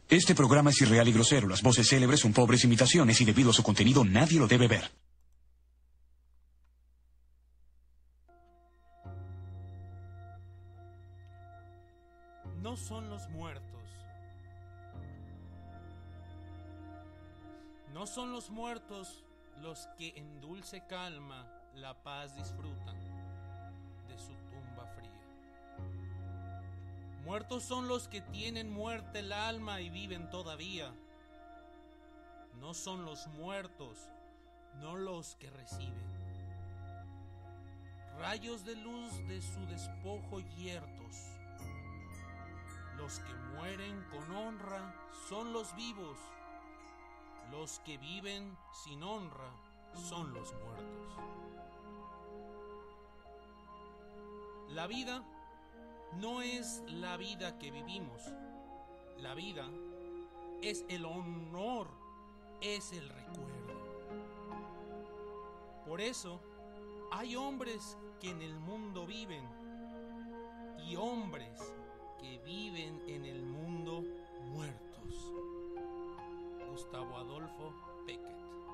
Este programa es irreal y grosero. Las voces célebres son pobres imitaciones y debido a su contenido nadie lo debe ver. No son los muertos. No son los muertos los que en dulce calma la paz disfrutan de su tumba fría. Muertos son los que tienen muerte el alma y viven todavía. No son los muertos, no los que reciben rayos de luz de su despojo yertos. Los que mueren con honra son los vivos. Los que viven sin honra son los muertos. La vida no es la vida que vivimos. La vida es el honor, es el recuerdo. Por eso hay hombres que en el mundo viven y hombres que viven en el mundo muertos. Gustavo Adolfo Becket.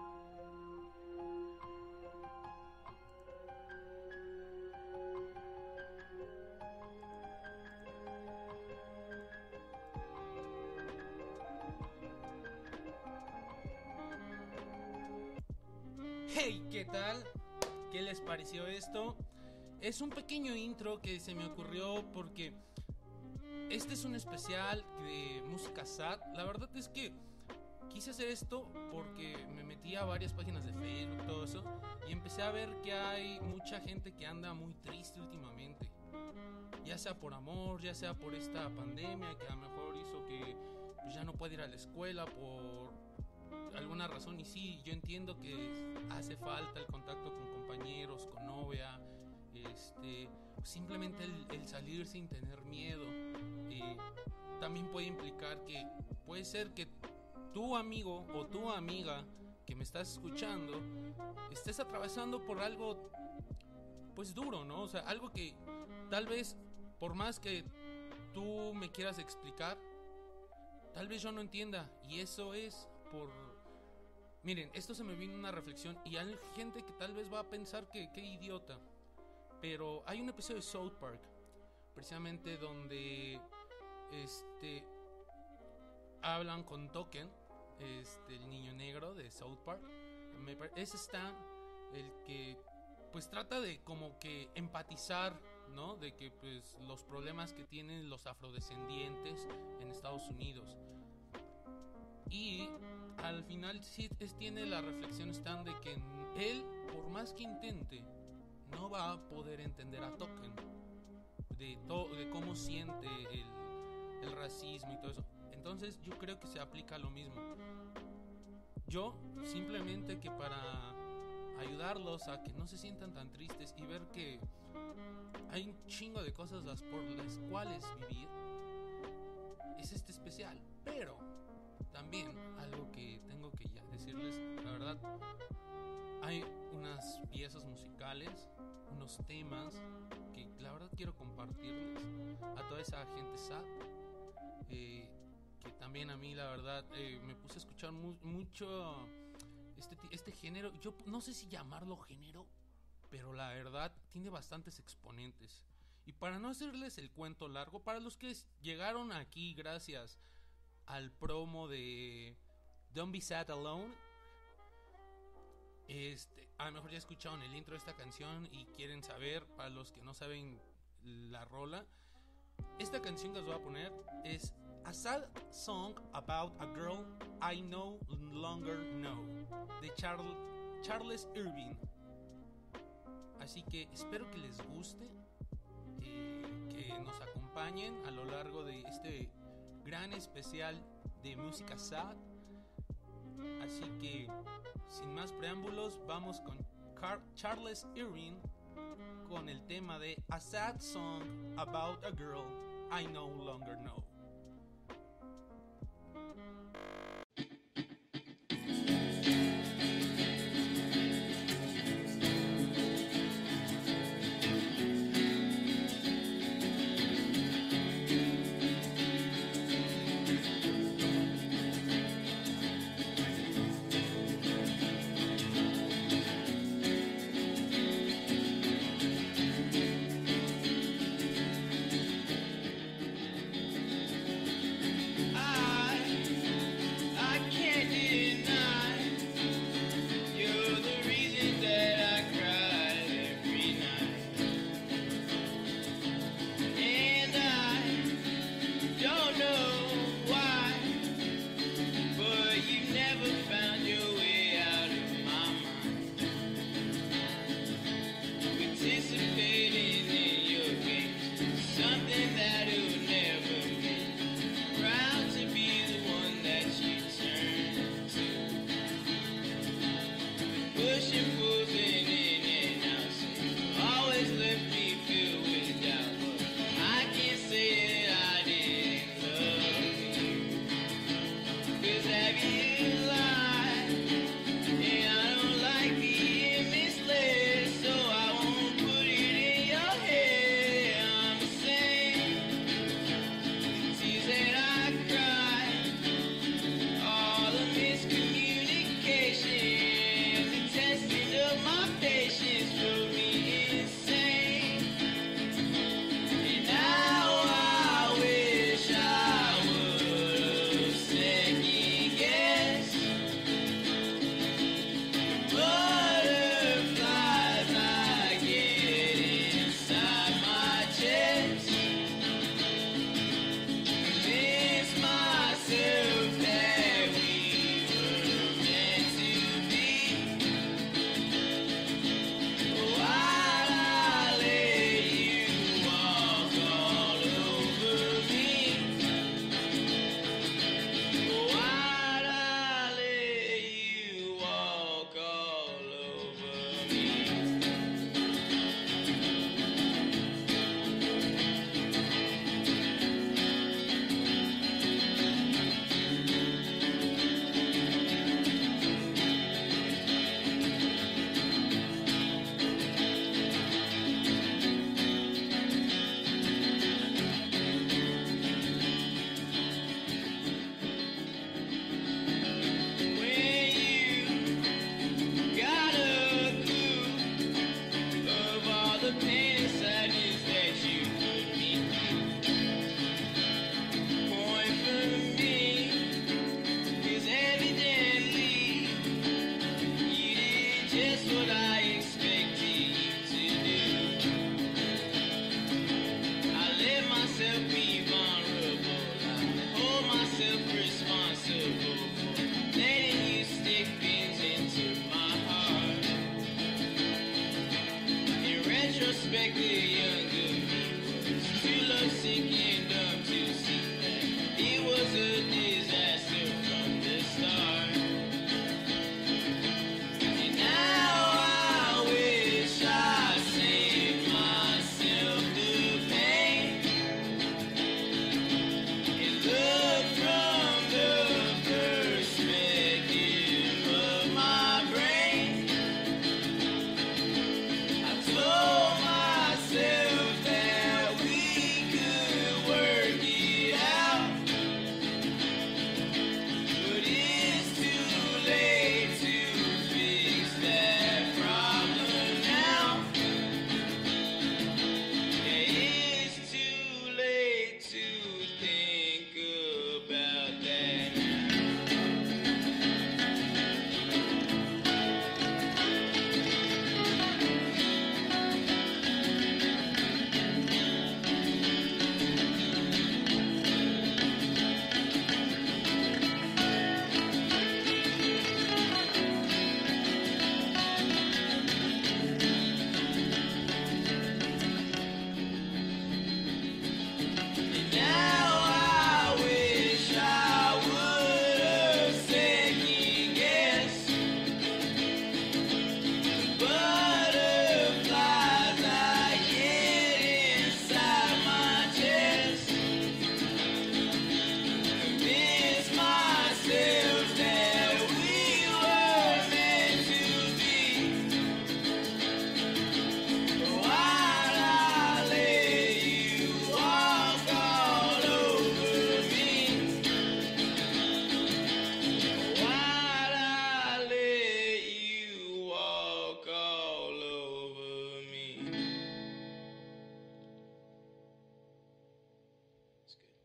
Hey, ¿qué tal? ¿Qué les pareció esto? Es un pequeño intro que se me ocurrió porque este es un especial de música sad. La verdad es que quise hacer esto porque me metí a varias páginas de Facebook, todo eso, y empecé a ver que hay mucha gente que anda muy triste últimamente. Ya sea por amor, ya sea por esta pandemia que a lo mejor hizo que pues, ya no puede ir a la escuela por alguna razón. Y sí, yo entiendo que hace falta el contacto con compañeros, con novia, simplemente el salir sin tener miedo. También puede implicar que puede ser que tu amigo o tu amiga que me estás escuchando estés atravesando por algo pues duro, ¿no? O sea, algo que tal vez por más que tú me quieras explicar, tal vez yo no entienda. Y eso es por... Miren, esto se me vino una reflexión y hay gente que tal vez va a pensar que qué idiota. Pero hay un episodio de South Park, precisamente donde hablan con Token, el niño negro de South Park. Es Stan el que pues trata de como que empatizar, ¿no? De que pues los problemas que tienen los afrodescendientes en Estados Unidos. Y al final sí tiene la reflexión Stan de que él, por más que intente, no va a poder entender a Token de cómo siente el racismo y todo eso. Entonces yo creo que se aplica lo mismo. Yo simplemente que para ayudarlos a que no se sientan tan tristes y ver que hay un chingo de cosas por las cuales vivir, es este especial. Pero también algo que tengo que ya decirles, la verdad, hay unas piezas musicales, unos temas que la verdad quiero compartirles a toda esa gente sad, que también a mí la verdad me puse a escuchar mucho este género. Yo no sé si llamarlo género, pero la verdad tiene bastantes exponentes. Y para no hacerles el cuento largo, para los que llegaron aquí gracias al promo de Don't Be Sad Alone, a lo mejor ya escucharon el intro de esta canción y quieren saber, para los que no saben la rola, esta canción que os voy a poner es A Sad Song About a Girl I No Longer Know, de Charles Irving. Así que espero que les guste, que nos acompañen a lo largo de este gran especial de música sad. Así que sin más preámbulos, vamos con Charles Irving con el tema de A Sad Song About a Girl I No Longer Know. myself responsible for letting you stick pins into my heart. In retrospect, the younger me was too lovesick and dumb to see that it was a disaster from the start. And now I wish I saved myself the pain and looked from the perspective of my brain. I told myself that we could work it out, but it's too late to fix that problem now. Yeah, it's too late to think about that now. And now I wish I would've second guessed the butterflies I get inside my chest. Convince myself that we were meant to be. Why'd I let you walk all over me? Why'd I let you walk all over me? It's good.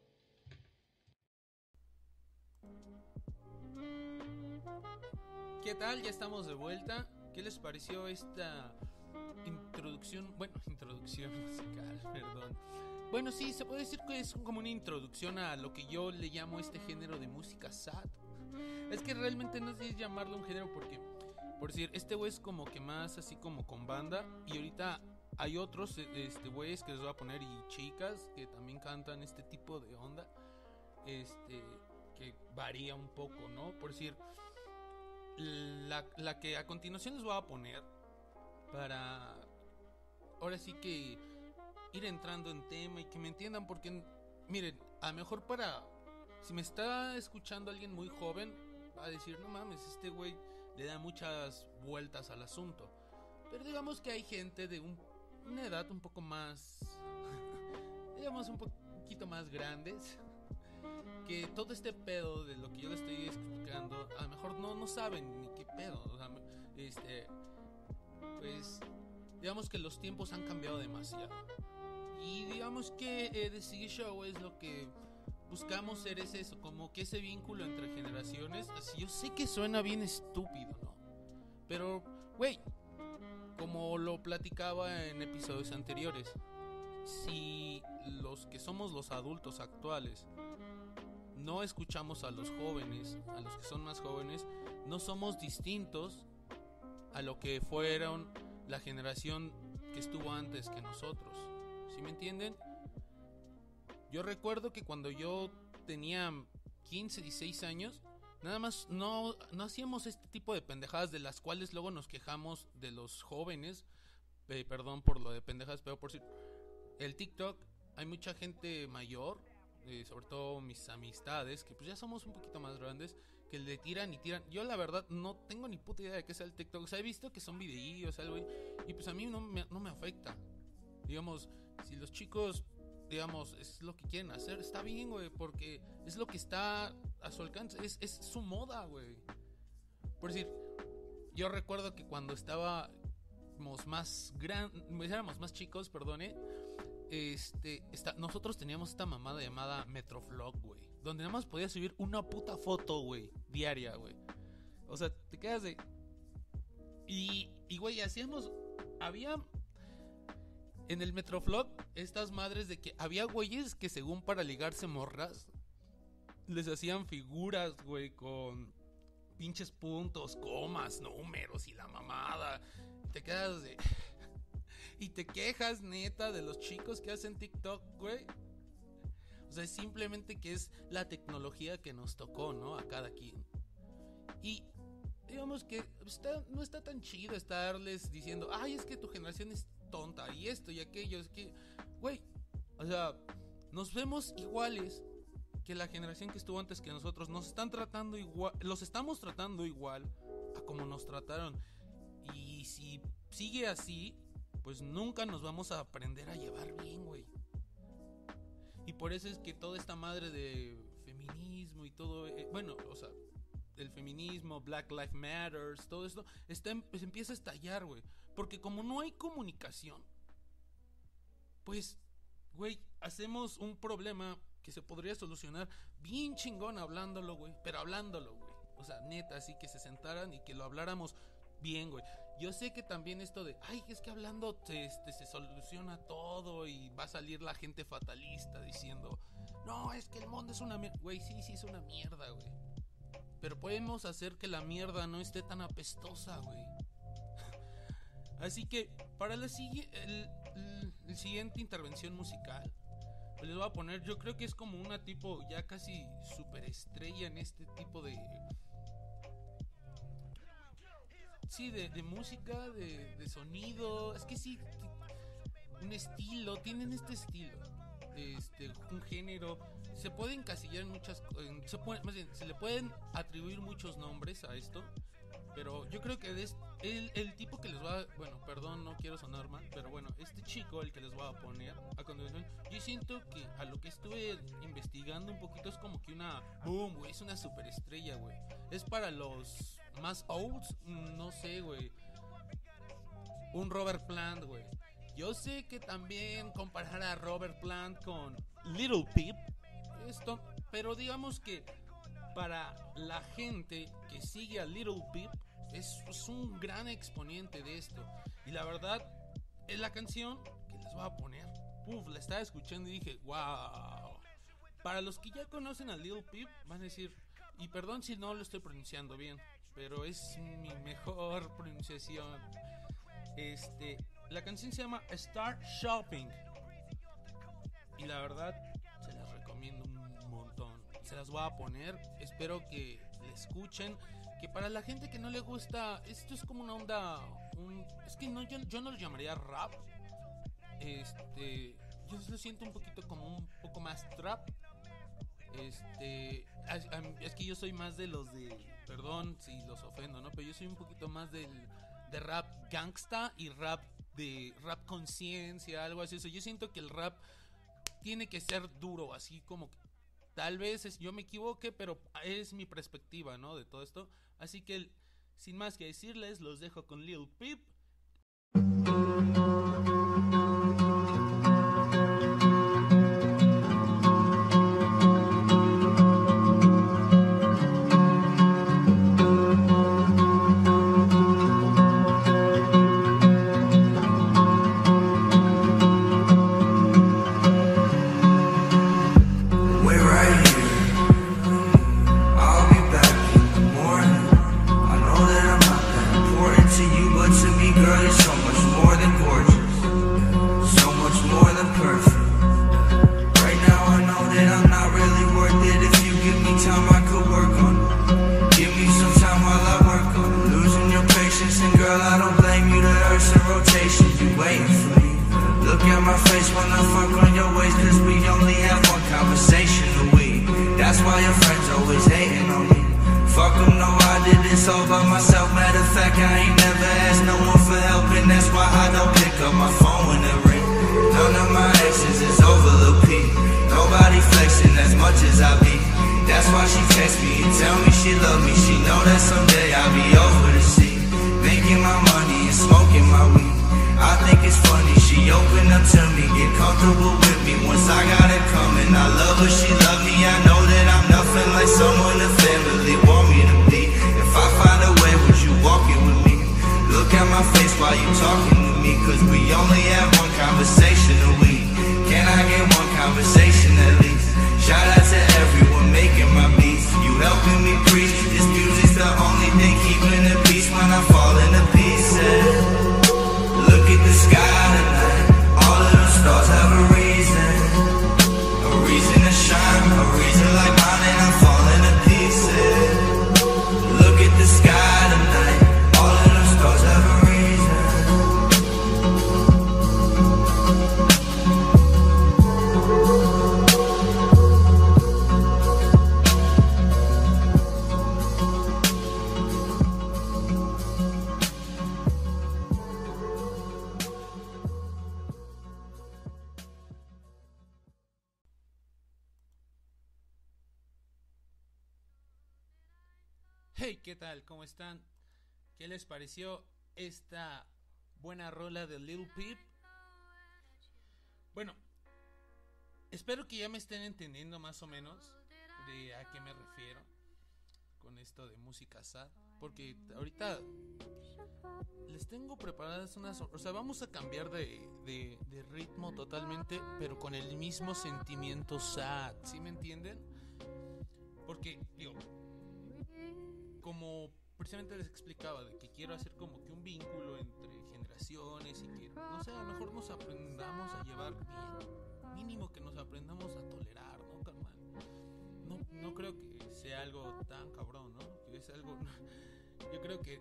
¿Qué tal? Ya estamos de vuelta. ¿Qué les pareció esta introducción? Bueno, introducción musical, perdón. Bueno, sí, se puede decir que es como una introducción a lo que yo le llamo este género de música sad. Es que realmente no sé llamarlo un género porque, por decir, este güey es como que más así como con banda. Y ahorita hay otros güeyes que les voy a poner y chicas que también cantan este tipo de onda. Que varía un poco, ¿no? Por decir, la que a continuación les voy a poner para ahora sí que ir entrando en tema y que me entiendan, porque miren, a lo mejor si me está escuchando alguien muy joven va a decir, no mames, este güey le da muchas vueltas al asunto, pero digamos que hay gente de una edad un poco más digamos un poquito más grandes, que todo este pedo de lo que yo le estoy explicando a lo mejor no saben ni qué pedo. O sea, pues digamos que los tiempos han cambiado demasiado. Y digamos que The Ziggy Show es lo que buscamos ser, es eso, como que ese vínculo entre generaciones. Así, yo sé que suena bien estúpido, ¿no? Pero, güey, como lo platicaba en episodios anteriores, si los que somos los adultos actuales no escuchamos a los jóvenes, a los que son más jóvenes, no somos distintos a lo que fueron la generación que estuvo antes que nosotros. ¿Sí me entienden? Yo recuerdo que cuando yo tenía 15, 16 años, nada más no hacíamos este tipo de pendejadas de las cuales luego nos quejamos de los jóvenes. Perdón por lo de pendejadas, pero por si el TikTok, hay mucha gente mayor, sobre todo mis amistades, que pues ya somos un poquito más grandes, que le tiran y tiran. Yo la verdad no tengo ni puta idea de qué es el TikTok. O sea, he visto que son videíos, algo, y pues a mí no me afecta. Digamos, si los chicos, digamos, es lo que quieren hacer, está bien, güey, porque es lo que está a su alcance, es su moda, güey. Por decir, yo recuerdo que cuando éramos más chicos, perdone, nosotros teníamos esta mamada llamada Metrovlog, güey, donde nada más podías subir una puta foto, güey, diaria, güey. O sea, te quedas de... Y güey, había en el Metrovlog estas madres de que había güeyes que según para ligarse morras les hacían figuras, güey, con pinches puntos, comas, números y la mamada. Te quedas de... Y te quejas, neta, de los chicos que hacen TikTok, güey. O sea, es simplemente que es la tecnología que nos tocó, ¿no? A cada quien. Y digamos que no está tan chido estarles diciendo, ay, es que tu generación es tonta, y esto y aquello. Es que, güey, o sea, nos vemos iguales que la generación que estuvo antes que nosotros. Nos están tratando igual, los estamos tratando igual a como nos trataron. Y si sigue así, pues nunca nos vamos a aprender a llevar bien, güey. Y por eso es que toda esta madre de feminismo y todo, bueno, o sea, el feminismo, Black Lives Matter, todo esto pues empieza a estallar, güey. Porque como no hay comunicación, pues, güey, hacemos un problema que se podría solucionar bien chingón hablándolo, güey. Pero hablándolo, güey. O sea, neta, así que se sentaran y que lo habláramos bien, güey. Yo sé que también esto de, ay, es que hablando se soluciona todo y va a salir la gente fatalista diciendo, no, es que el mundo es una mierda. Güey, sí, es una mierda, güey. Pero podemos hacer que la mierda no esté tan apestosa, güey. Así que para el siguiente intervención musical, pues les voy a poner, yo creo que es como una tipo ya casi superestrella en este tipo de... Sí, de música, de sonido. Es que sí, un estilo, tienen este estilo, un género. Se puede encasillar en muchas cosas, se le pueden atribuir muchos nombres a esto. Pero yo creo que el tipo que les va a... Bueno, perdón, no quiero sonar mal, pero bueno, este chico, el que les voy a poner a continuación, yo siento que a lo que estuve investigando un poquito es como que una... ¡Boom! Güey, es una superestrella, güey. Es para los más olds, no sé, güey. Un Robert Plant, güey. Yo sé que también comparar a Robert Plant con Little Peep, pero digamos que para la gente que sigue a Little Peep es un gran exponente de esto. Y la verdad, es la canción que les voy a poner. La estaba escuchando y dije, wow. Para los que ya conocen a Little Peep, van a decir, y perdón si no lo estoy pronunciando bien, pero es mi mejor pronunciación. La canción se llama Start Shopping. Y la verdad, se las recomiendo un montón. Se las voy a poner, espero que la escuchen. Que para la gente que no le gusta, esto es como una onda, es que no, yo no lo llamaría rap. Yo lo siento un poquito como un poco más trap. Es que yo soy más de los de, perdón si los ofendo, ¿no? Pero yo soy un poquito más de rap gangsta y rap conciencia, algo así. Yo siento que el rap tiene que ser duro, así como que tal vez yo me equivoque, pero es mi perspectiva, ¿no? De todo esto. Así que, sin más que decirles, los dejo con Lil Peep. While you talking to me, 'cause we only have one conversation a week. Can I get one conversation at least? Shout out to everyone making my Hey, ¿qué tal? ¿Cómo están? ¿Qué les pareció esta buena rola de Lil Peep? Bueno, espero que ya me estén entendiendo más o menos de a qué me refiero con esto de música sad, porque ahorita les tengo preparadas unas... O sea, vamos a cambiar de ritmo totalmente, pero con el mismo sentimiento sad, ¿sí me entienden? Porque, digo, como precisamente les explicaba, de que quiero hacer como que un vínculo entre generaciones y que, no sé, a lo mejor nos aprendamos a llevar bien, mínimo que nos aprendamos a tolerar, ¿no, carnal? No creo que sea algo tan cabrón, ¿no? Que es algo... Yo creo que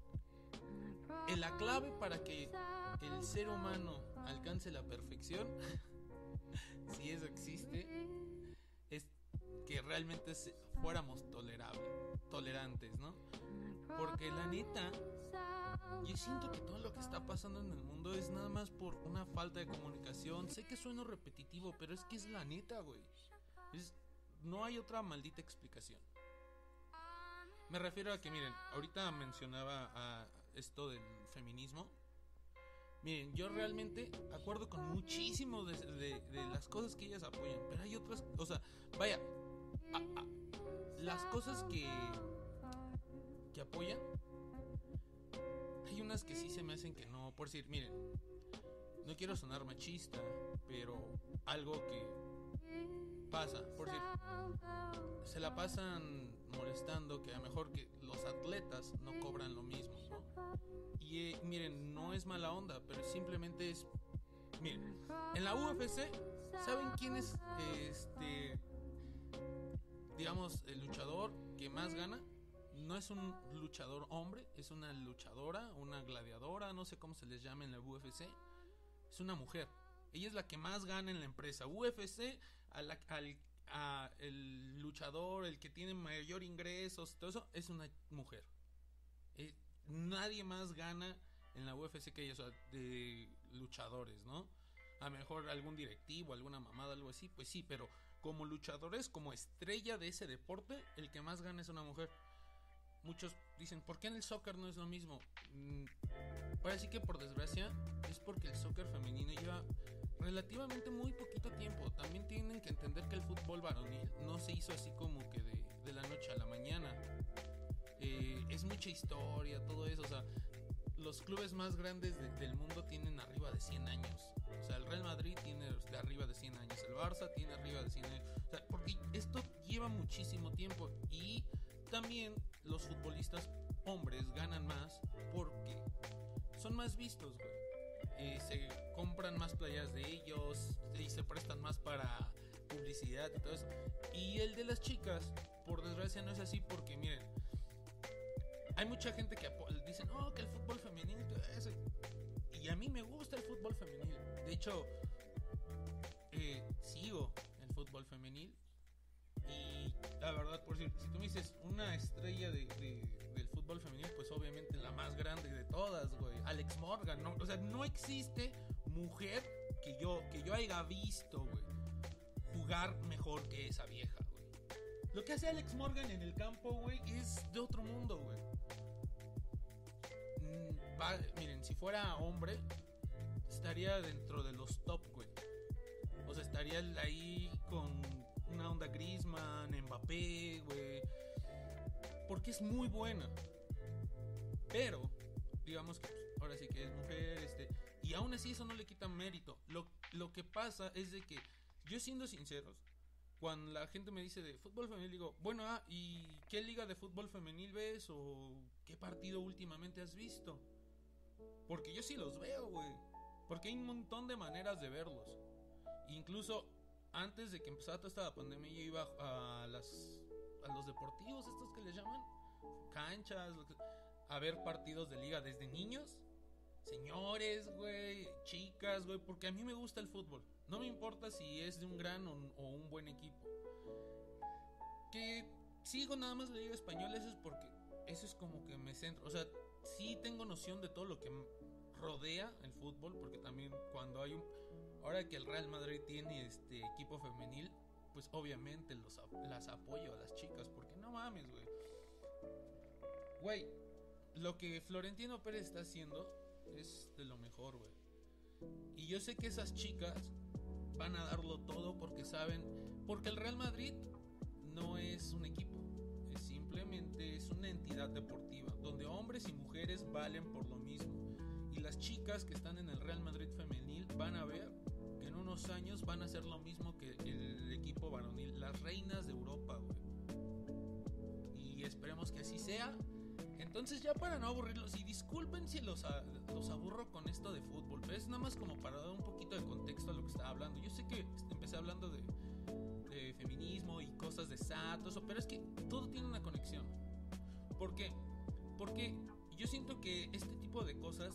la clave para que el ser humano alcance la perfección, si eso existe, es que realmente fuéramos tolerantes, ¿no? Porque la neta, yo siento que todo lo que está pasando en el mundo es nada más por una falta de comunicación. Sé que sueno repetitivo, pero es que es la neta, güey. No hay otra maldita explicación. Me refiero a que, miren, ahorita mencionaba a esto del feminismo. Miren, yo realmente acuerdo con muchísimo de las cosas que ellas apoyan, pero hay otras, o sea, vaya, las cosas que apoyan, hay unas que sí se me hacen que no. Por decir, miren, no quiero sonar machista, pero algo que pasa, por decir, se la pasan molestando que a lo mejor que los atletas no cobran lo mismo, ¿no? Y miren, no es mala onda, pero simplemente es... Miren, en la UFC, ¿saben quién es digamos, el luchador que más gana? No es un luchador hombre, es una luchadora, una gladiadora, no sé cómo se les llama en la UFC. Es una mujer. Ella es la que más gana en la empresa. UFC, el luchador, el que tiene mayor ingresos, todo eso, es una mujer. Nadie más gana en la UFC que ella, o sea, de luchadores, ¿no? A lo mejor algún directivo, alguna mamada, algo así, pues sí, pero como luchadores, como estrella de ese deporte, el que más gana es una mujer. Muchos dicen, ¿por qué en el soccer no es lo mismo? Ahora sí que por desgracia es porque el soccer femenino lleva relativamente muy poquito tiempo. También tienen que entender que el fútbol varonil no se hizo así como que de la noche a la mañana. Es mucha historia, todo eso. O sea, los clubes más grandes del mundo tienen arriba de 100 años. O sea, el Real Madrid tiene de arriba de 100 años. El Barça tiene arriba de 100 años. O sea, porque esto lleva muchísimo tiempo. Y también los futbolistas hombres ganan más porque son más vistos, güey. Se compran más playas de ellos y se prestan más para publicidad y todo eso. Y el de las chicas, por desgracia, no es así porque, miren, hay mucha gente que dice, no, que el fútbol femenil y todo eso. Y a mí me gusta el fútbol femenil. De hecho, sigo el fútbol femenil. Y la verdad, por si tú me dices una estrella del fútbol femenil, pues obviamente la más grande de todas, güey, Alex Morgan, ¿no? O sea, no existe mujer que yo haya visto, güey, jugar mejor que esa vieja, güey. Lo que hace Alex Morgan en el campo, güey, es de otro mundo, güey. Miren, si fuera hombre, estaría dentro de los top, güey. O sea, estaría ahí con una onda Griezmann, Mbappé, güey. Porque es muy buena. Pero, digamos que pues, ahora sí que es mujer, y aún así eso no le quita mérito. Lo que pasa es de que, yo siendo sinceros, cuando la gente me dice de fútbol femenil, digo, bueno, ¿y qué liga de fútbol femenil ves? ¿O qué partido últimamente has visto? Porque yo sí los veo, güey. Porque hay un montón de maneras de verlos. Incluso antes de que empezara toda esta pandemia, yo iba a los deportivos, estos que les llaman canchas, a ver partidos de liga desde niños, señores, güey, chicas, güey, porque a mí me gusta el fútbol. No me importa si es de un gran o un buen equipo. Que sigo nada más la liga española, eso es porque eso es como que me centro. O sea, sí tengo noción de todo lo que rodea el fútbol, porque también cuando hay ahora que el Real Madrid tiene equipo femenil, pues obviamente las apoyo a las chicas, porque no mames, güey. güey, lo que Florentino Pérez está haciendo es de lo mejor, güey. Y yo sé que esas chicas van a darlo todo porque saben, porque el Real Madrid no es un equipo, simplemente es una entidad deportiva donde hombres y mujeres valen por lo mismo. Y las chicas que están en el Real Madrid femenil van a ver que en unos años van a hacer lo mismo que el equipo varonil, las reinas de Europa, güey. Y esperemos que así sea. Entonces, ya para no aburrirlos, y disculpen si los aburro con esto de fútbol, pero es nada más como para dar un poquito de contexto a lo que estaba hablando. Yo sé que empecé hablando de feminismo y cosas de SAT, todo eso, pero es que todo tiene una conexión. ¿Por qué? Porque yo siento que este tipo de cosas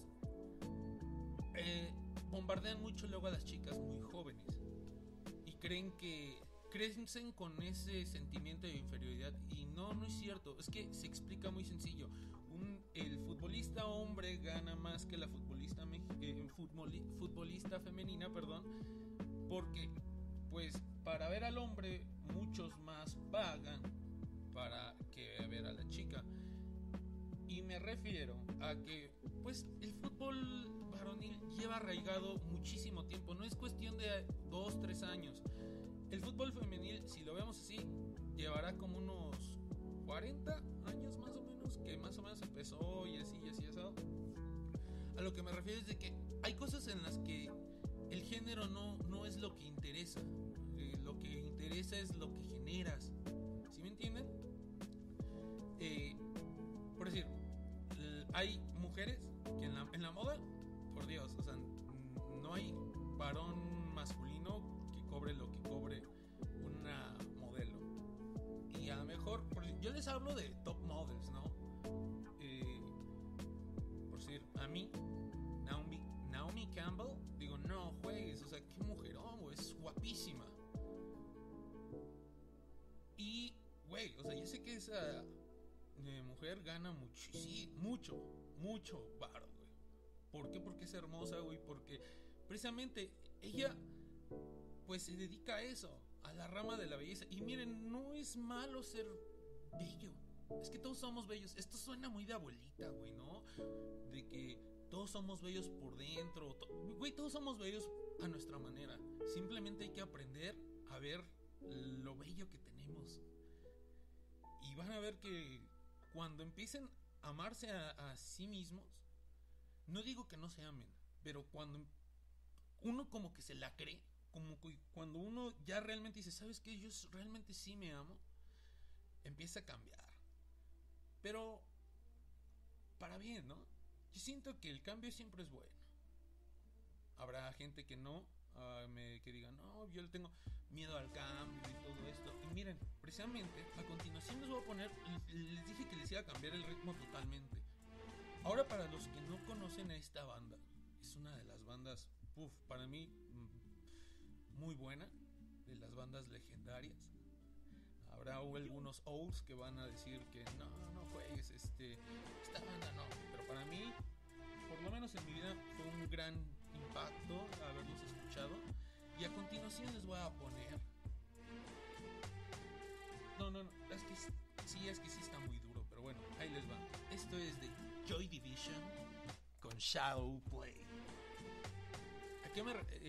bombardean mucho luego a las chicas muy jóvenes y creen que crecen con ese sentimiento de inferioridad, y no es cierto. Es que se explica muy sencillo. El futbolista hombre gana más que la futbolista femenina, perdón, porque pues para ver al hombre muchos más pagan para que ver a la chica. Y me refiero a que pues el fútbol varonil lleva arraigado muchísimo tiempo, no es cuestión de 2-3 años. El fútbol femenil, si lo vemos así, llevará como unos 40 años más o menos, que más o menos empezó y así, eso. A lo que me refiero es de que hay cosas en las que el género no es lo que interesa. Lo que interesa es lo que generas. ¿Sí me entienden? Por decir, hay mujeres que en la moda, por Dios, o sea, no hay varón masculino que cobre lo que cobre una modelo. Y a lo mejor, yo les hablo de top models, ¿no? Por decir, a mí, Naomi Campbell, digo, no juegues, o sea, qué mujerón, güey, es guapísima. Y, güey, o sea, yo sé que esa mujer gana mucho varo, güey. ¿Por qué? Porque es hermosa, güey, porque precisamente ella pues se dedica a eso, a la rama de la belleza. Y miren, no es malo ser bello, es que todos somos bellos. Esto suena muy de abuelita, güey, ¿no? De que todos somos bellos por dentro, güey, todos somos bellos a nuestra manera. Simplemente hay que aprender a ver lo bello que tenemos. Y van a ver que cuando empiecen a amarse a sí mismos, no digo que no se amen, pero cuando uno como que se la cree, como que cuando uno ya realmente dice, ¿sabes qué? Yo realmente sí me amo, empieza a cambiar. Pero para bien, ¿no? Yo siento que el cambio siempre es bueno. Habrá gente que no, que diga, no, yo le tengo miedo al cambio y todo esto. Y miren, precisamente a continuación les voy a poner, les dije que les iba a cambiar el ritmo totalmente. Ahora, para los que no conocen a esta banda, es una de las bandas, para mí, muy buena, de las bandas legendarias. Habrá algunos olds que van a decir que no juegues, esta banda no. Pero para mí, por lo menos en mi vida, fue un gran impacto haberlos escuchado. Y a continuación les voy a poner... No, es que sí está muy duro, pero bueno, ahí les va. Esto es de Joy Division con Shadow Play. ¿A qué me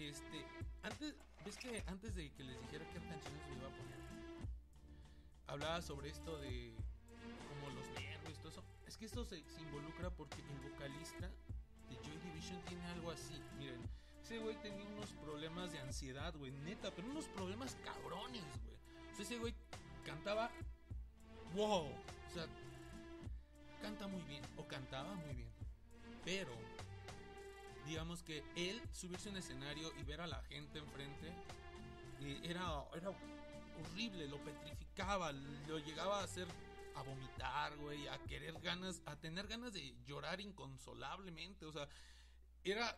antes de que les dijera qué canciones me iba a poner, hablaba sobre esto de como los nervios, todo eso. Es que esto se involucra porque el vocalista de Joy Division tiene algo así. Miren, ese güey tenía unos problemas de ansiedad, güey, neta, pero unos problemas cabrones, güey. O sea, ese güey cantaba, wow, o sea, canta muy bien, o cantaba muy bien, pero digamos que él subirse a un escenario y ver a la gente enfrente era horrible, lo petrificaba, lo llegaba a hacer, a vomitar, güey, a tener ganas de llorar inconsolablemente. O sea, era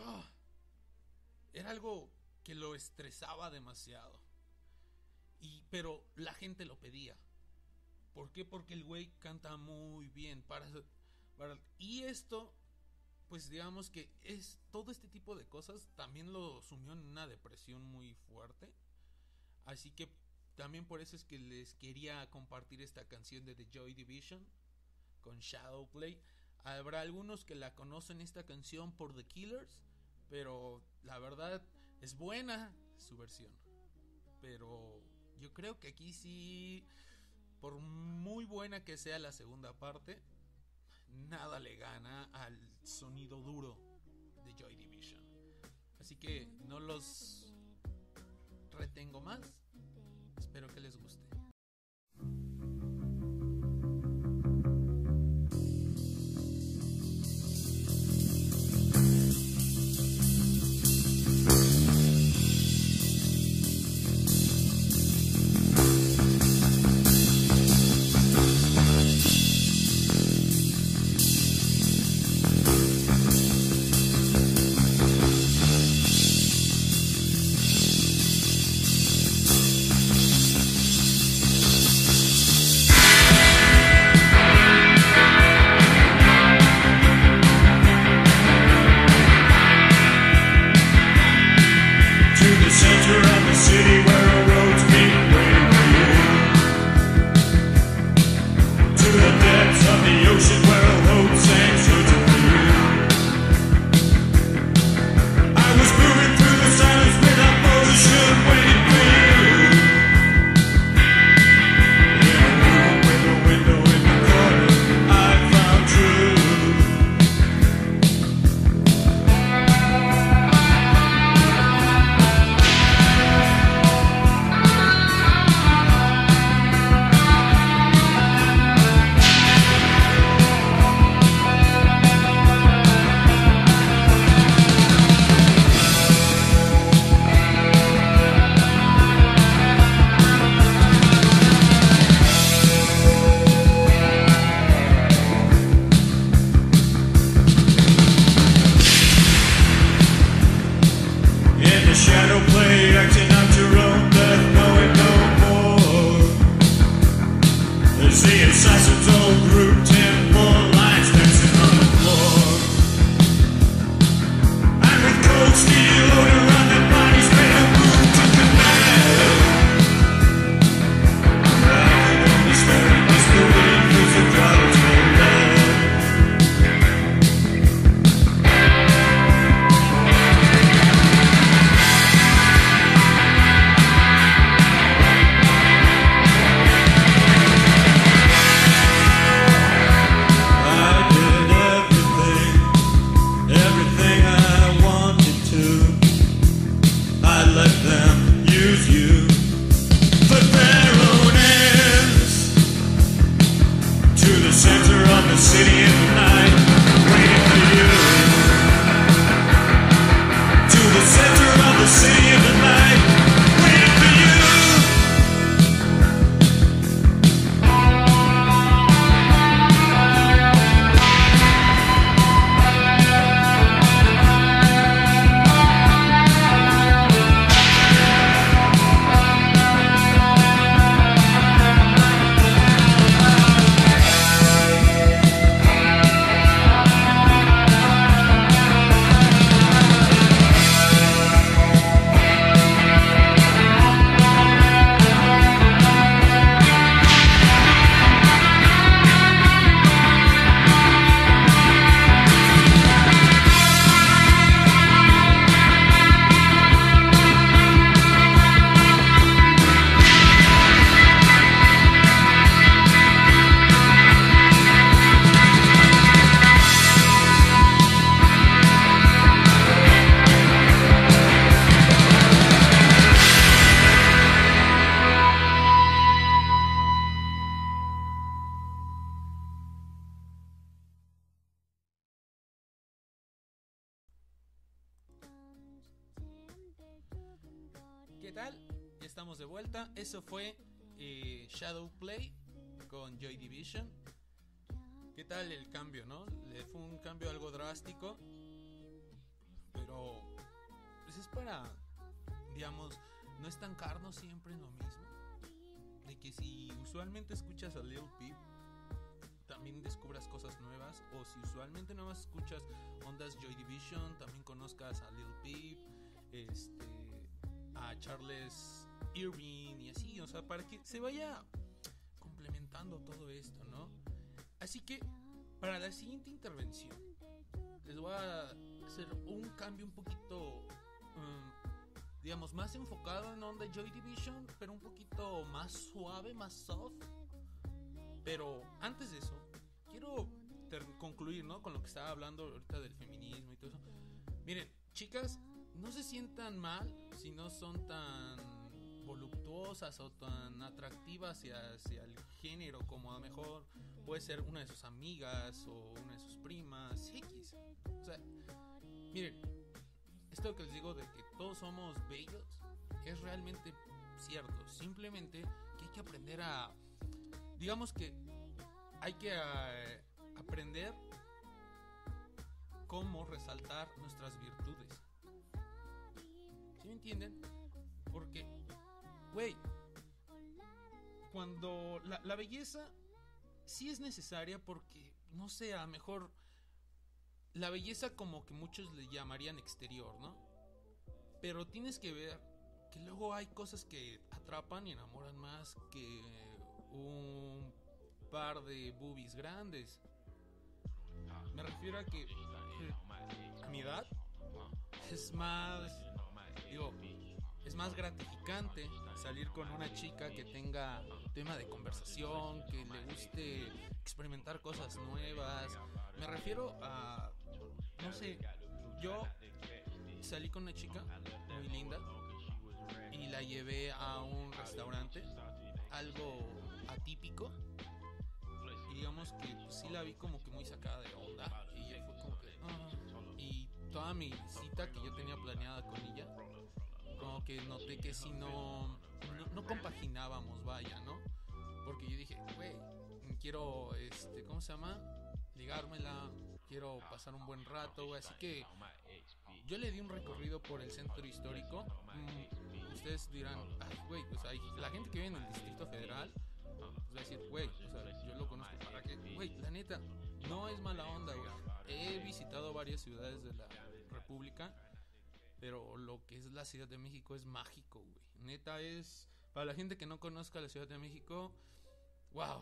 algo que lo estresaba demasiado. Pero la gente lo pedía. ¿Por qué? Porque el güey canta muy bien. Y esto, pues digamos que todo este tipo de cosas también lo sumió en una depresión muy fuerte. Así que también por eso es que les quería compartir esta canción de The Joy Division, con Shadowplay. Habrá algunos que la conocen esta canción por The Killers, pero la verdad es buena su versión. Pero yo creo que aquí sí, por muy buena que sea la segunda parte, nada le gana al sonido duro de Joy Division. Así que no los retengo más. Espero que les guste. ¿Qué tal? Ya estamos de vuelta. Eso fue Shadowplay con Joy Division. ¿Qué tal el cambio, no? Fue un cambio algo drástico, pero pues es para, digamos, no estancarnos siempre en lo mismo. De que si usualmente escuchas a Lil Peep, también descubras cosas nuevas. O si usualmente no más escuchas ondas Joy Division, también conozcas a Lil Peep, a Charles Irving y así, o sea, para que se vaya complementando todo esto, ¿no? Así que para la siguiente intervención les voy a hacer un cambio un poquito, digamos, más enfocado en onda Joy Division, pero un poquito más suave, más soft. Pero antes de eso, quiero concluir, ¿no?, con lo que estaba hablando ahorita del feminismo y todo eso. Miren, chicas, no se sientan mal si no son tan voluptuosas o tan atractivas hacia el género, como a lo mejor puede ser una de sus amigas o una de sus primas, X. O sea, miren, esto que les digo de que todos somos bellos es realmente cierto. Simplemente que hay que aprender a, digamos que hay que aprender cómo resaltar nuestras virtudes. ¿Sí me entienden? Porque, güey, cuando la belleza sí es necesaria, porque, no sé, a lo mejor la belleza como que muchos le llamarían exterior, ¿no? Pero tienes que ver que luego hay cosas que atrapan y enamoran más que un par de boobies grandes. Me refiero a que a mi edad es más, digo, es más gratificante salir con una chica que tenga tema de conversación, que le guste experimentar cosas nuevas. Me refiero a, no sé, yo salí con una chica muy linda y la llevé a un restaurante, algo atípico, y digamos que pues, sí la vi como que muy sacada de onda, y ella fue como que y toda mi cita que yo tenía planeada con ella, como que noté que si no compaginábamos, vaya, ¿no? Porque yo dije, güey, quiero, ¿cómo se llama? Ligármela, quiero pasar un buen rato, güey. Así que yo le di un recorrido por el centro histórico. Ustedes dirán, ay, güey, pues hay la gente que vive en el Distrito Federal, pues va a decir, güey, o sea, yo lo conozco, ¿para qué? Güey, la neta, no es mala onda, güey. He visitado varias ciudades de la República, pero lo que es la Ciudad de México es mágico, güey. Neta es, para la gente que no conozca la Ciudad de México, wow.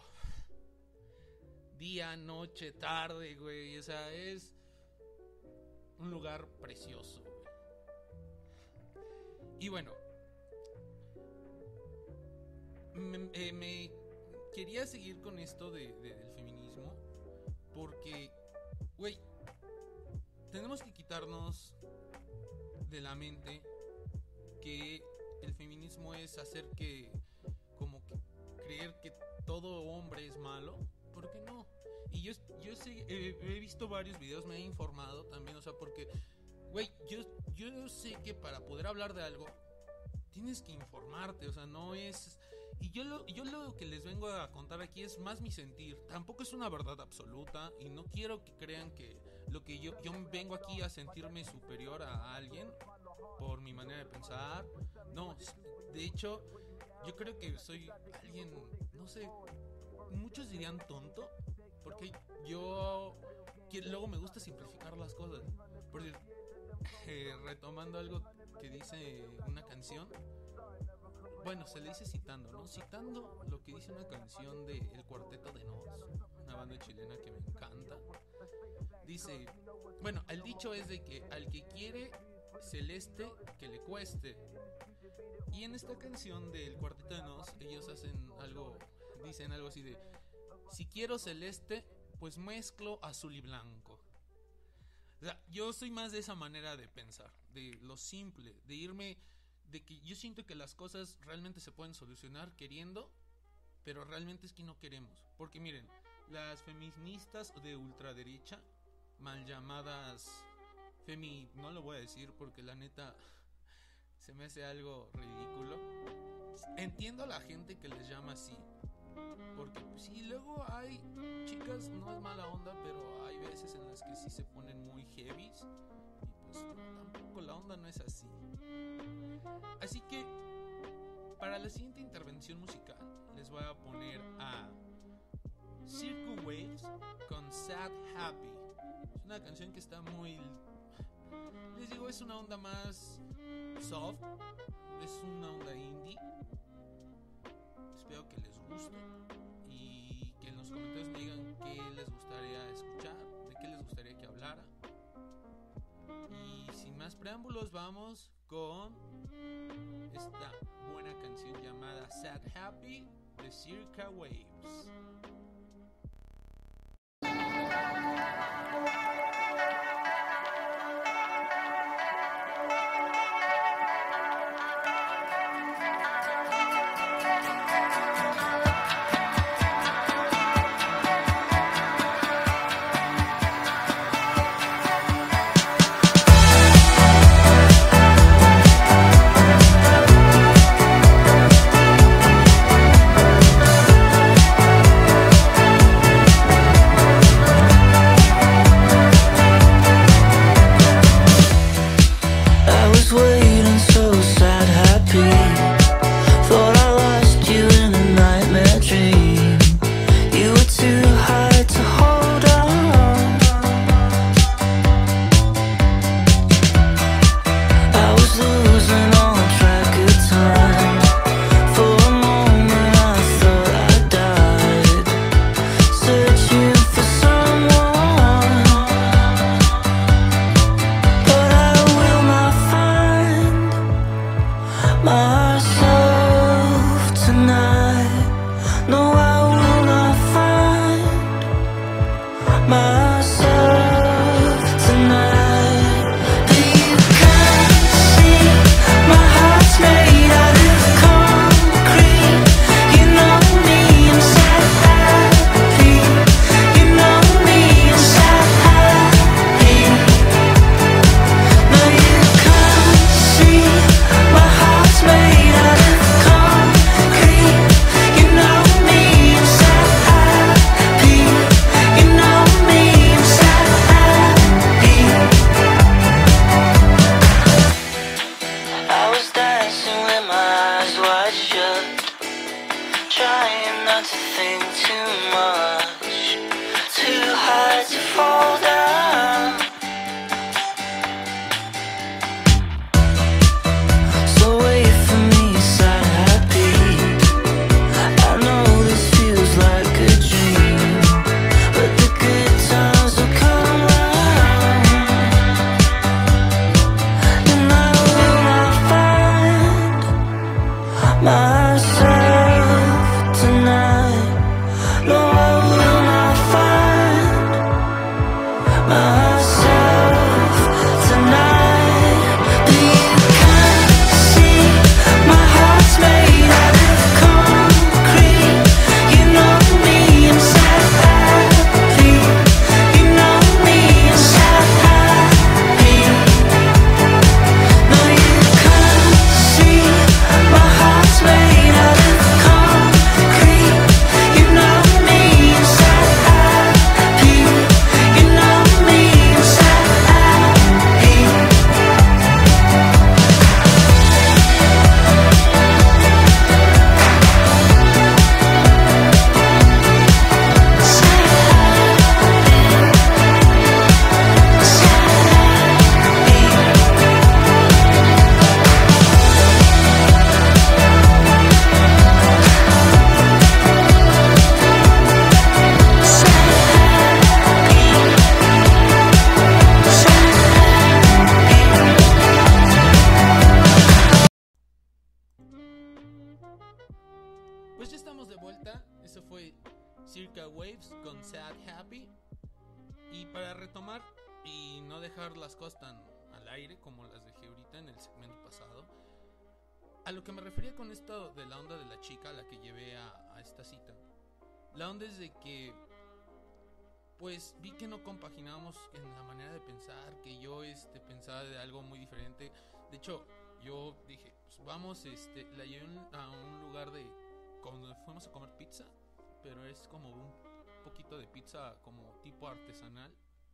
Día, noche, tarde, güey. O sea, es un lugar precioso, güey. Y bueno, me quería seguir con esto del feminismo, porque, güey, tenemos que quitarnos de la mente que el feminismo es hacer que, como que creer que todo hombre es malo, porque no. Y yo sé, he visto varios videos, me he informado también, o sea, porque, güey, yo sé que para poder hablar de algo tienes que informarte, o sea, no es. Y yo lo que les vengo a contar aquí es más mi sentir. Tampoco es una verdad absoluta y no quiero que crean que lo que yo vengo aquí a sentirme superior a alguien por mi manera de pensar. No, de hecho, yo creo que soy alguien, no sé, muchos dirían tonto, porque luego me gusta simplificar las cosas. Por decir, retomando algo que dice una canción, bueno, se le dice citando, ¿no? Citando lo que dice una canción de El Cuarteto de Nos, una banda chilena que me encanta. Dice, bueno, el dicho es de que al que quiere celeste, que le cueste. Y en esta canción del Cuarteto de Nos, ellos dicen algo así de, si quiero celeste, pues mezclo azul y blanco. O sea, yo soy más de esa manera de pensar, de lo simple, de irme, de que yo siento que las cosas realmente se pueden solucionar queriendo, pero realmente es que no queremos. Porque miren, las feministas de ultraderecha, mal llamadas no lo voy a decir porque la neta se me hace algo ridículo. Entiendo a la gente que les llama así, porque pues, sí, luego hay chicas, no es mala onda, pero hay veces en las que sí se ponen muy heavies y pues tampoco la onda no es así. Así que para la siguiente intervención musical les voy a poner a Circle Waves con Sad Happy. Es una canción que está muy, les digo, es una onda más soft, es una onda indie. Espero que les guste y que en los comentarios me digan qué les preámbulos vamos con esta buena canción llamada Sad Happy de Circa Waves. Pues ya estamos de vuelta. Eso fue Circa Waves con Sad Happy. Y para retomar y no dejar las cosas tan al aire como las dejé ahorita en el segmento pasado, a lo que me refería con esto de la onda de la chica a la que llevé a esta cita, la onda es de que pues vi que no compaginábamos en la manera de pensar, que yo pensaba de algo muy diferente. De hecho, yo dije, pues vamos, la llevé a un lugar de cuando fuimos a comer pizza, pero es como un poquito de pizza como tipo artesanal.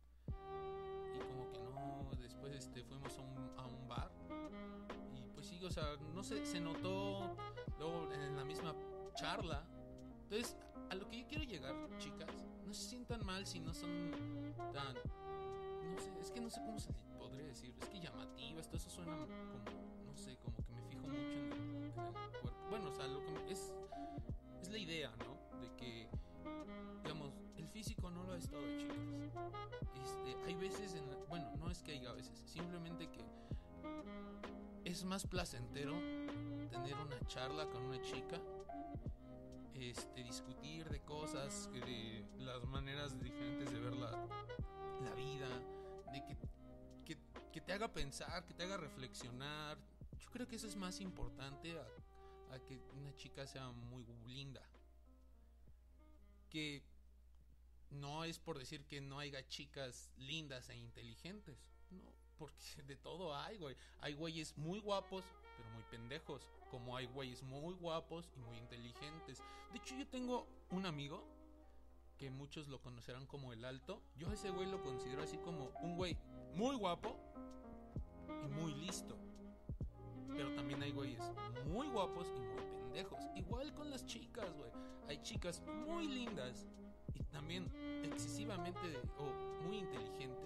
Y como que no, después fuimos a un bar. Y pues sí, o sea, no sé, se notó luego en la misma charla. Entonces, a lo que yo quiero llegar, chicas, no se sientan mal si no son tan, no sé, es que no sé cómo se podría decir, es que llamativas, todo eso suena como, no sé, como que me fijo mucho en el cuerpo. Bueno, o sea, lo que es la idea, ¿no? De que, digamos, el físico no lo es todo, chicas. Hay veces, bueno, no es que haya veces, simplemente que es más placentero tener una charla con una chica, discutir de cosas, de las maneras diferentes de ver la vida, de que te haga pensar, que te haga reflexionar. Yo creo que eso es más importante a que una chica sea muy linda. Que no es por decir que no haya chicas lindas e inteligentes, no, porque de todo hay, güey. Hay güeyes muy guapos, pero muy pendejos, como hay güeyes muy guapos y muy inteligentes. De hecho, yo tengo un amigo que muchos lo conocerán como el Alto. Yo a ese güey lo considero así como un güey muy guapo y muy listo. Pero también hay güeyes muy guapos y muy pendejos. Igual con las chicas, güey. Hay chicas muy lindas y también excesivamente o muy inteligentes.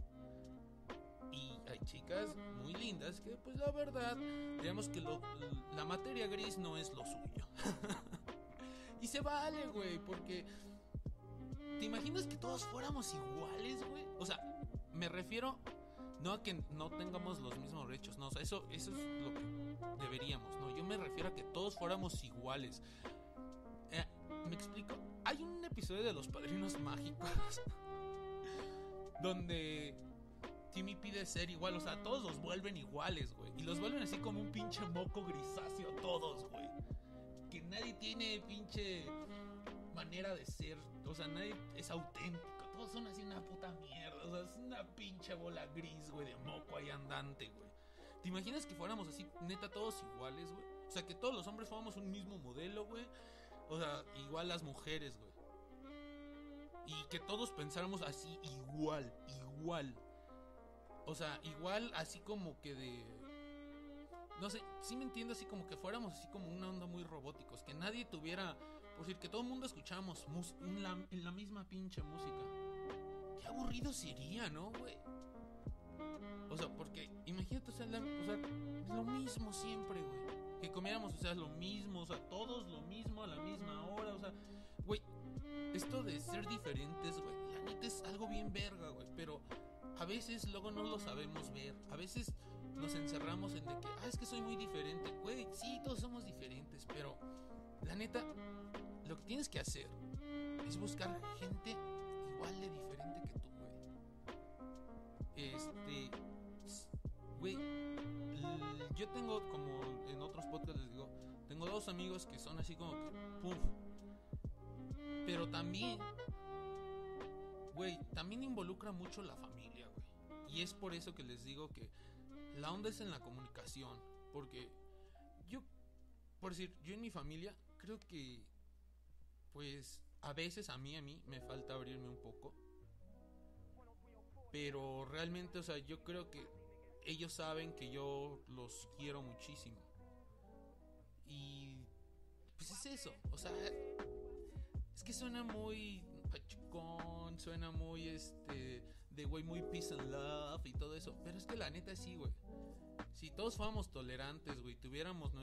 Y hay chicas muy lindas que, pues la verdad, digamos que la materia gris no es lo suyo. Y se vale, güey, porque ¿te imaginas que todos fuéramos iguales, güey? O sea, me refiero no a que no tengamos los mismos derechos, no, o sea, eso es lo que deberíamos, no, yo me refiero a que todos fuéramos iguales. ¿Me explico? Hay un episodio de Los Padrinos Mágicos donde Timmy pide ser igual, o sea, todos los vuelven iguales, güey, y los vuelven así como un pinche moco grisáceo todos, güey, que nadie tiene pinche manera de ser, o sea, nadie es auténtico, todos son así una puta mierda, o sea, es una pinche bola gris, güey, de moco ahí andante, güey. ¿Te imaginas que fuéramos así, neta, todos iguales, güey? O sea, que todos los hombres fuéramos un mismo modelo, güey. O sea, igual las mujeres, güey. Y que todos pensáramos así, igual. O sea, igual así como que de... No sé, sí me entiendo, así como que fuéramos así como una onda muy robóticos. Que nadie tuviera... Por decir, que todo el mundo escucháramos en la misma pinche música. Qué aburrido sería, ¿no, güey? O sea, porque imagínate, o sea, lo mismo siempre, güey. Que comiéramos, o sea, lo mismo, o sea, todos lo mismo a la misma hora, o sea, güey, esto de ser diferentes, güey, la neta es algo bien verga, güey, pero a veces luego no lo sabemos ver, a veces nos encerramos en de que, es que soy muy diferente, güey, sí, todos somos diferentes, pero la neta, lo que tienes que hacer es buscar gente igual de diferente que tú, güey. Yo tengo, como en otros podcasts les digo, tengo dos amigos que son así como que pum. Pero también, güey, también involucra mucho la familia, güey. Y es por eso que les digo que la onda es en la comunicación. Porque por decir, yo en mi familia creo que, pues, a veces a mí me falta abrirme un poco. Pero realmente, o sea, yo creo que ellos saben que yo los quiero muchísimo. Y pues es eso, o sea, es que suena muy pachucón, suena muy de güey muy peace and love y todo eso, pero es que la neta sí, güey. Si todos fuéramos tolerantes, güey, tuviéramos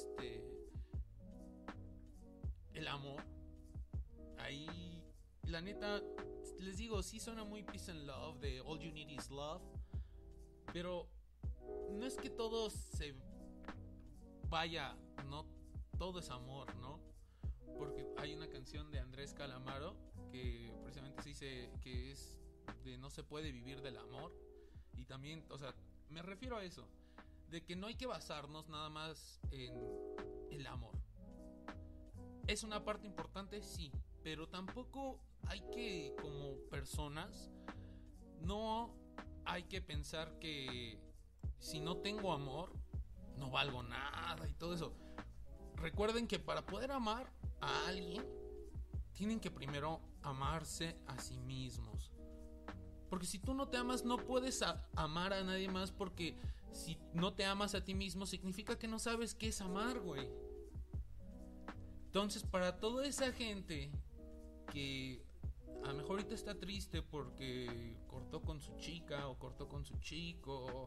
el amor, ahí la neta les digo, sí suena muy peace and love, de all you need is love, pero no es que todo se vaya, no todo es amor, ¿no? Porque hay una canción de Andrés Calamaro que precisamente se dice que es de no se puede vivir del amor. Y también, o sea, me refiero a eso, de que no hay que basarnos nada más en el amor. ¿Es una parte importante? Sí, pero tampoco hay que, como personas, no hay que pensar que si no tengo amor, no valgo nada y todo eso. Recuerden que para poder amar a alguien, tienen que primero amarse a sí mismos. Porque si tú no te amas, no puedes amar a nadie más, porque si no te amas a ti mismo, significa que no sabes qué es amar, güey. Entonces, para toda esa gente que a lo mejor ahorita está triste porque cortó con su chica o cortó con su chico,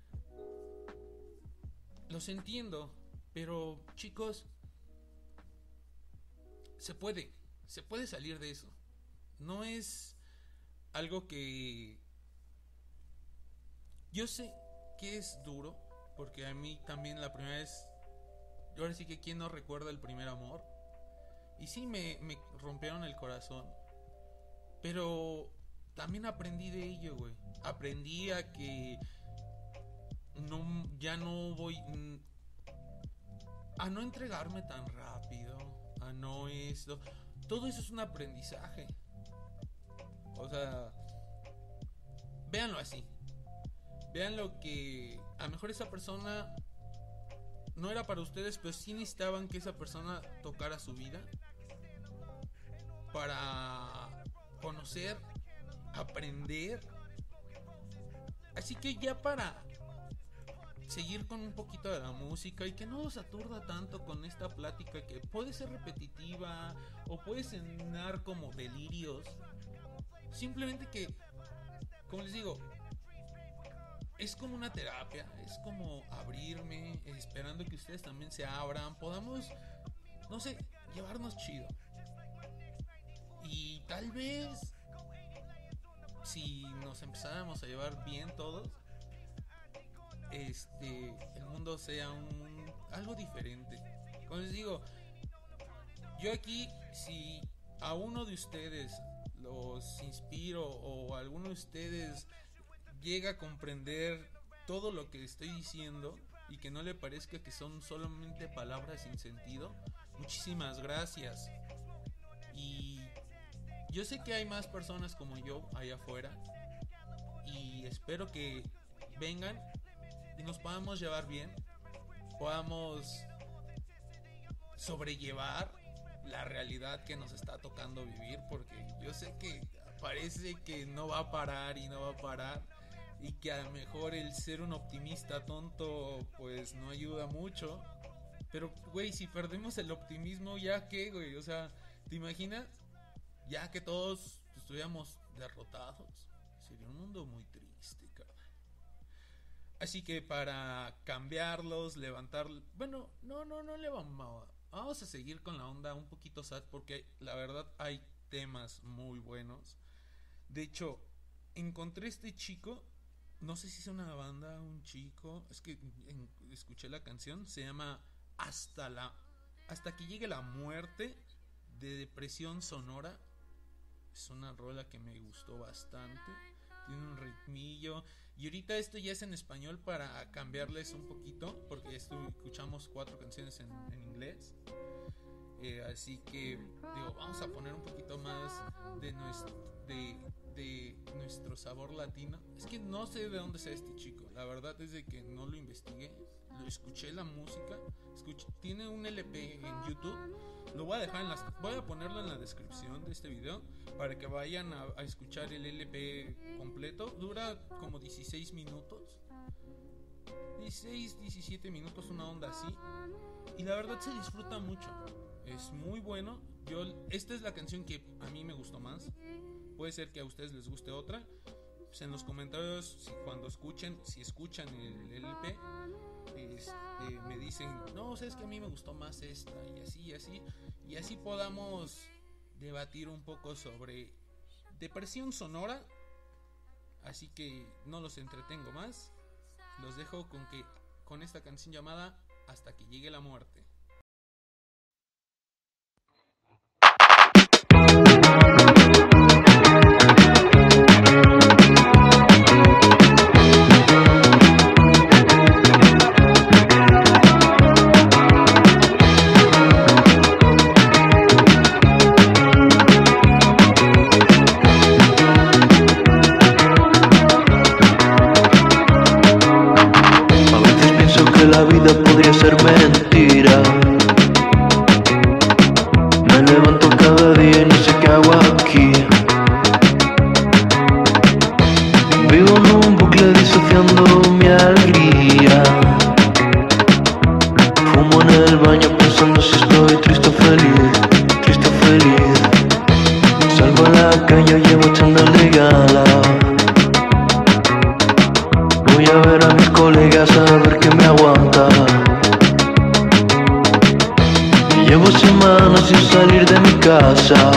los entiendo, pero chicos, se puede salir de eso. No es algo que... Yo sé que es duro, porque a mí también la primera vez, ahora sí que quién no recuerda el primer amor, y sí me rompieron el corazón, pero también aprendí de ello, güey. Aprendí a que ya no voy a no entregarme tan rápido, a no esto. Todo eso es un aprendizaje. O sea, véanlo así. Véanlo que a lo mejor esa persona no era para ustedes, pero sí necesitaban que esa persona tocara su vida para conocer, aprender. Así que ya para seguir con un poquito de la música y que no los aturda tanto con esta plática que puede ser repetitiva o puede sonar como delirios. Simplemente que, como les digo, es como una terapia, es como abrirme, esperando que ustedes también se abran, podamos, no sé, llevarnos chido. Y tal vez, si nos empezáramos a llevar bien todos, el mundo sea algo diferente. Como les digo, yo aquí, si a uno de ustedes los inspiro o alguno de ustedes llega a comprender todo lo que estoy diciendo y que no le parezca que son solamente palabras sin sentido, muchísimas gracias. Y yo sé que hay más personas como yo allá afuera y espero que vengan y nos podamos llevar bien, podamos sobrellevar la realidad que nos está tocando vivir, porque yo sé que parece que no va a parar y no va a parar, y que a lo mejor el ser un optimista tonto pues no ayuda mucho, pero güey, si perdemos el optimismo, ¿ya qué, güey? O sea, ¿te imaginas? Ya que todos estuviéramos derrotados, sería un mundo muy triste, cabrón. Así que para cambiarlos, levantar... Bueno, no le vamos a seguir con la onda un poquito sad, porque la verdad hay temas muy buenos. De hecho, encontré este chico, no sé si es una banda, un chico, es que escuché la canción, se llama Hasta que llegue la muerte, de Depresión Sonora. Es una rola que me gustó bastante, tiene un ritmillo. Y ahorita esto ya es en español para cambiarles un poquito, porque escuchamos 4 canciones en inglés. Así que digo, vamos a poner un poquito más de nuestro sabor latino. Es que no sé de dónde sea este chico, la verdad es de que no lo investigué. Lo escuché la música, tiene un LP en YouTube. Lo voy a dejar voy a ponerlo en la descripción de este video para que vayan a escuchar el LP completo. Dura como 16 minutos, 16, 17 minutos, una onda así. Y la verdad se disfruta mucho, es muy bueno. Esta es la canción que a mí me gustó más. Puede ser que a ustedes les guste otra. Pues en los comentarios, si escuchan el LP, me dicen, no, sabes que a mí me gustó más esta, y así podamos debatir un poco sobre Depresión Sonora. Así que no los entretengo más, los dejo con esta canción llamada Hasta que llegue la muerte. La vida podría ser mentira. Me levanto cada día y no sé qué hago aquí. Vivo en un bucle disociando mi alegría. Fumo en el baño pensando si estoy triste o feliz, triste o feliz. Salgo a la calle y llevo chándal de gala. Voy a ver a mis colegas a ver qué me aguanta. Llevo semanas sin salir de mi casa.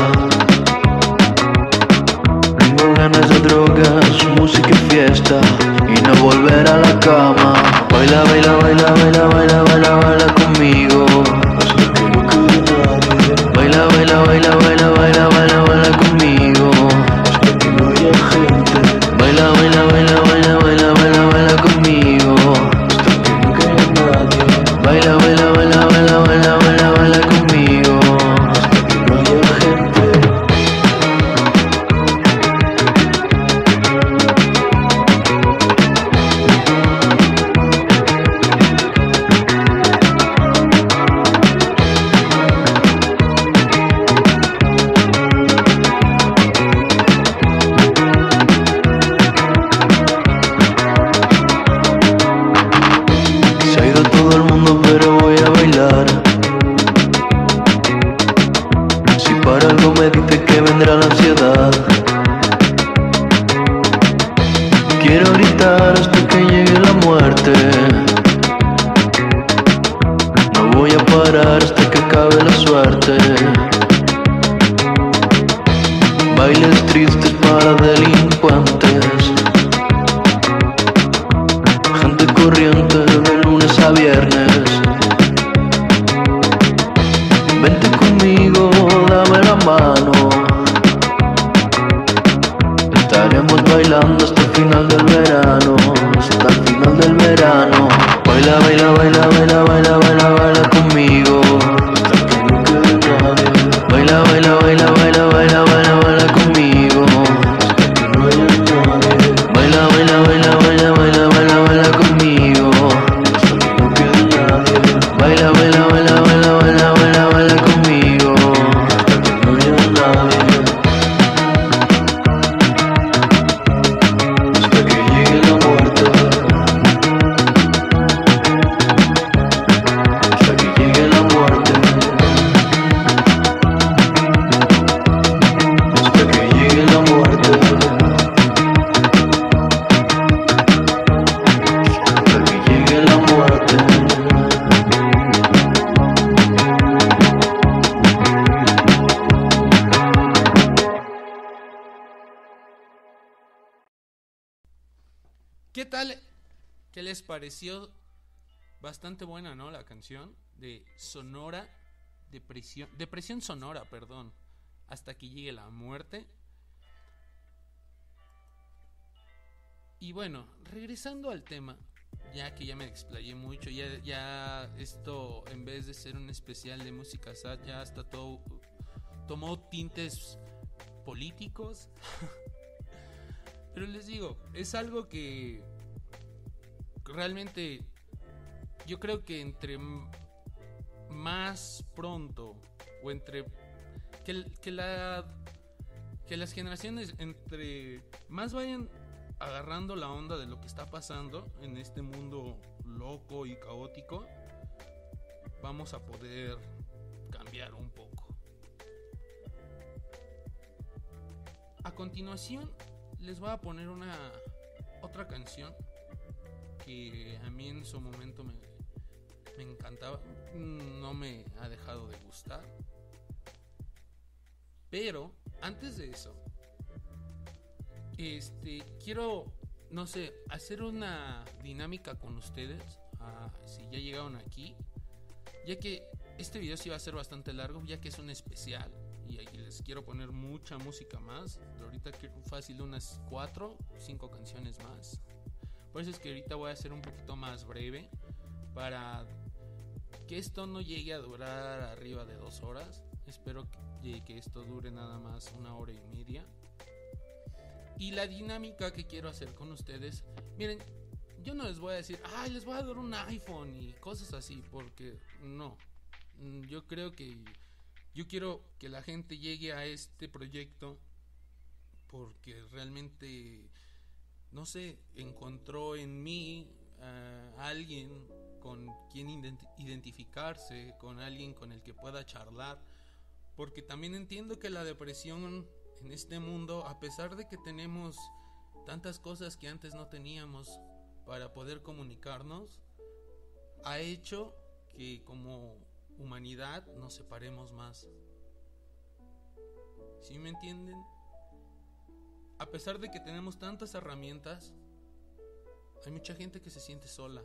Tengo ganas de drogas, música y fiesta, y no volver a la cama. Baila, baila, baila, baila, baila, baila, baila conmigo. Hasta que no quede nadie. Baila, baila, baila, baila, baila, baila, baila conmigo. Hasta que no haya gente. Baila, baila, baila, baila, baila, baila, baila conmigo. Hasta que no quede nadie. Baila, baila, baila, baila, baila, baila, baila conmigo. Hasta que no haya gente. Se ha ido todo el mundo, pero voy a bailar. Si para algo me dice que vendrá la ansiedad, quiero gritar hasta que llegue la muerte. No voy a parar hasta que acabe la suerte. Bailes tristes para delincuentes, gente corriente de lunes a viernes. Vente conmigo, dame la mano. Estaremos bailando hasta el final del verano. Hasta el final del verano. Baila, baila, baila, baila, baila, baila, baila conmigo. Hasta que no quede nadie. Baila, baila, baila, baila, baila, baila, baila conmigo. Hasta que no haya nadie. Baila, baila, baila, baila, baila, baila, baila conmigo. Hasta que no quede nadie. Baila, baila, baila, baila, baila, baila, baila conmigo. Hasta que no haya nadie. Hasta que llegue la muerte. Hasta que llegue la muerte. Hasta que llegue la muerte. Hasta que llegue la muerte. ¿Qué tal? ¿Qué les pareció? Bastante buena, ¿no? La canción de Sonora, Depresión Sonora, perdón. Hasta que llegue la muerte. Y bueno, regresando al tema, ya que ya me explayé mucho, ya esto, en vez de ser un especial de música sad, ya hasta todo tomó tintes políticos. Pero les digo, es algo que realmente yo creo que entre más pronto o entre que las generaciones entre más vayan agarrando la onda de lo que está pasando en este mundo loco y caótico, vamos a poder cambiar un poco. A continuación les voy a poner otra canción que a mí en su momento me encantaba, no me ha dejado de gustar. Pero antes de eso, quiero, no sé, hacer una dinámica con ustedes, si ya llegaron aquí, ya que este video sí va a ser bastante largo, ya que es un especial. Y aquí les quiero poner mucha música más. Ahorita quiero fácil unas 4 o 5 canciones más. Por eso es que ahorita voy a hacer un poquito más breve, para que esto no llegue a durar arriba de 2 horas. Espero que esto dure nada más 1 hora y media. Y la dinámica que quiero hacer con ustedes, miren, yo no les voy a decir, ay, les voy a dar un iPhone y cosas así, porque no. Yo quiero que la gente llegue a este proyecto porque realmente, no sé, encontró en mí a alguien con quien identificarse, con alguien con el que pueda charlar, porque también entiendo que la depresión en este mundo, a pesar de que tenemos tantas cosas que antes no teníamos para poder comunicarnos, ha hecho que como humanidad nos separemos más. ¿Sí me entienden? A pesar de que tenemos tantas herramientas, hay mucha gente que se siente sola.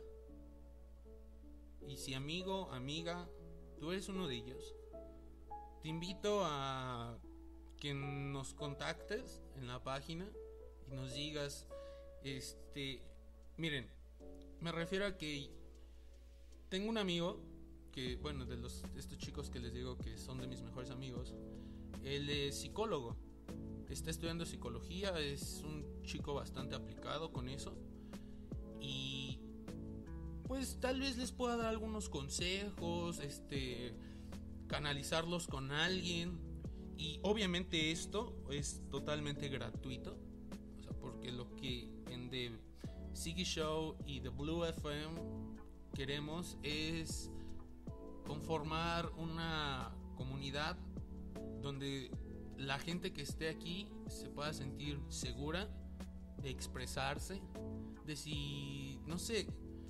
Y si amigo, amiga, tú eres uno de ellos, te invito a que nos contactes en la página y nos digas, miren, me refiero a que tengo un amigo que, bueno, de estos chicos que les digo que son de mis mejores amigos, él es psicólogo, está estudiando psicología, es un chico bastante aplicado con eso y pues tal vez les pueda dar algunos consejos, canalizarlos con alguien. Y obviamente esto es totalmente gratuito, o sea, porque lo que en The Siggy Show y The Blue FM queremos es conformar una comunidad donde la gente que esté aquí se pueda sentir segura de expresarse, de si, no sé,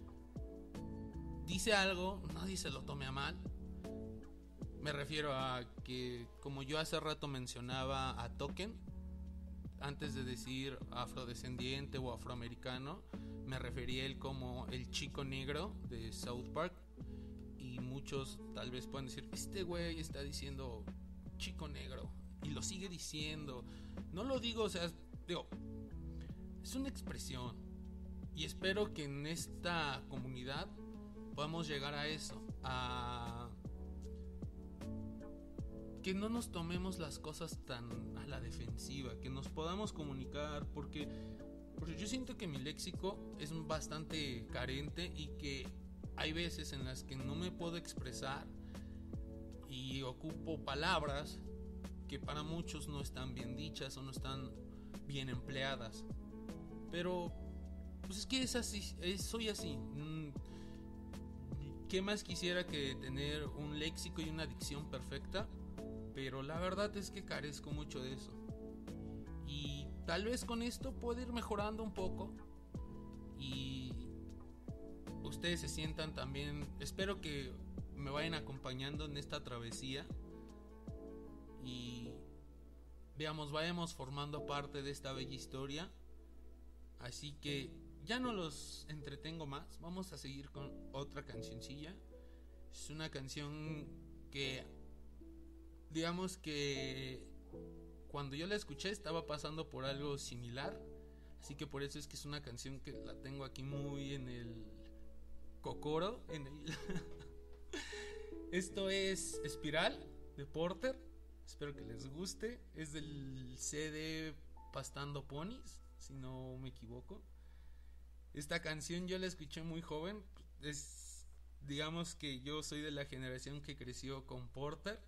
dice algo, nadie se lo tome a mal. Me refiero a que, como yo hace rato mencionaba a Token, antes de decir afrodescendiente o afroamericano, me refería a él como el chico negro de South Park. Y muchos tal vez puedan decir, este güey está diciendo chico negro y lo sigue diciendo. No lo digo, o sea, digo, es una expresión. Y espero que en esta comunidad podamos llegar a eso, a que no nos tomemos las cosas tan a la defensiva, que nos podamos comunicar, porque yo siento que mi léxico es bastante carente y que hay veces en las que no me puedo expresar y ocupo palabras que para muchos no están bien dichas o no están bien empleadas. Pero pues es que es así, soy así. ¿Qué más quisiera que tener un léxico y una dicción perfecta? Pero la verdad es que carezco mucho de eso. Y tal vez con esto puedo ir mejorando un poco. Y ustedes se sientan también. Espero que me vayan acompañando en esta travesía. Y vayamos formando parte de esta bella historia. Así que ya no los entretengo más. Vamos a seguir con otra cancioncilla. Es una canción que, digamos que cuando yo la escuché estaba pasando por algo similar, así que por eso es que es una canción que la tengo aquí muy en el cocoro, Esto es Espiral de Porter. Espero que les guste. Es del CD Pastando Ponis, si no me equivoco. Esta canción yo la escuché muy joven. Digamos que yo soy de la generación que creció con Porter.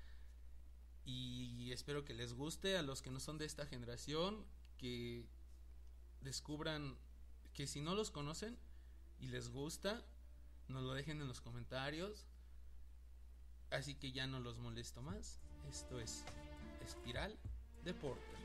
Y espero que les guste. A los que no son de esta generación, que descubran, que si no los conocen y les gusta, nos lo dejen en los comentarios. Así que ya no los molesto más. Esto es Espiral de Porter.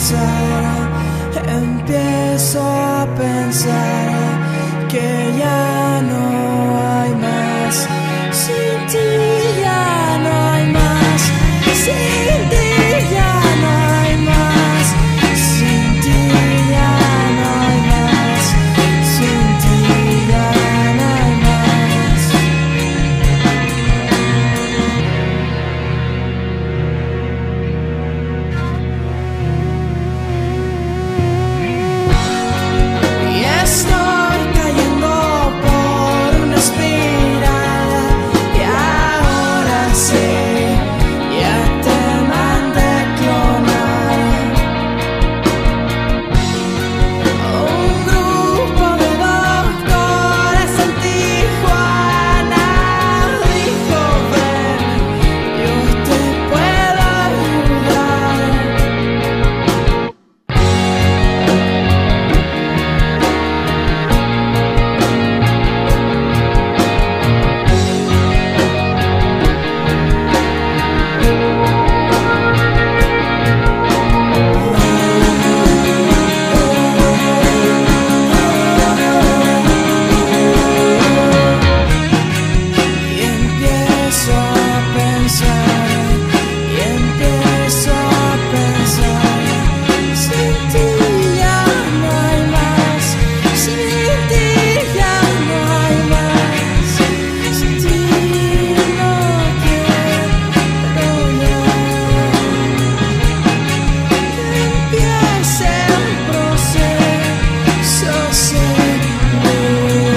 pensar, empiezo a pensar que ya no hay más. Sin ti ya no hay más. Sin ti ya no hay más. Sin ti ya no hay más. Sin ti ya no hay más. Y estoy cayendo por una espiral. Y ahora sí, ya te mandé clonar. Un grupo de doctores en Tijuana dijo: ven, yo te puedo ayudar. Y empiezo a pensar, y empiezo a pensar. Sin ti ya no hay más. Sin ti ya no hay más. Sin ti no quiero ya. Que empiece un proceso celular.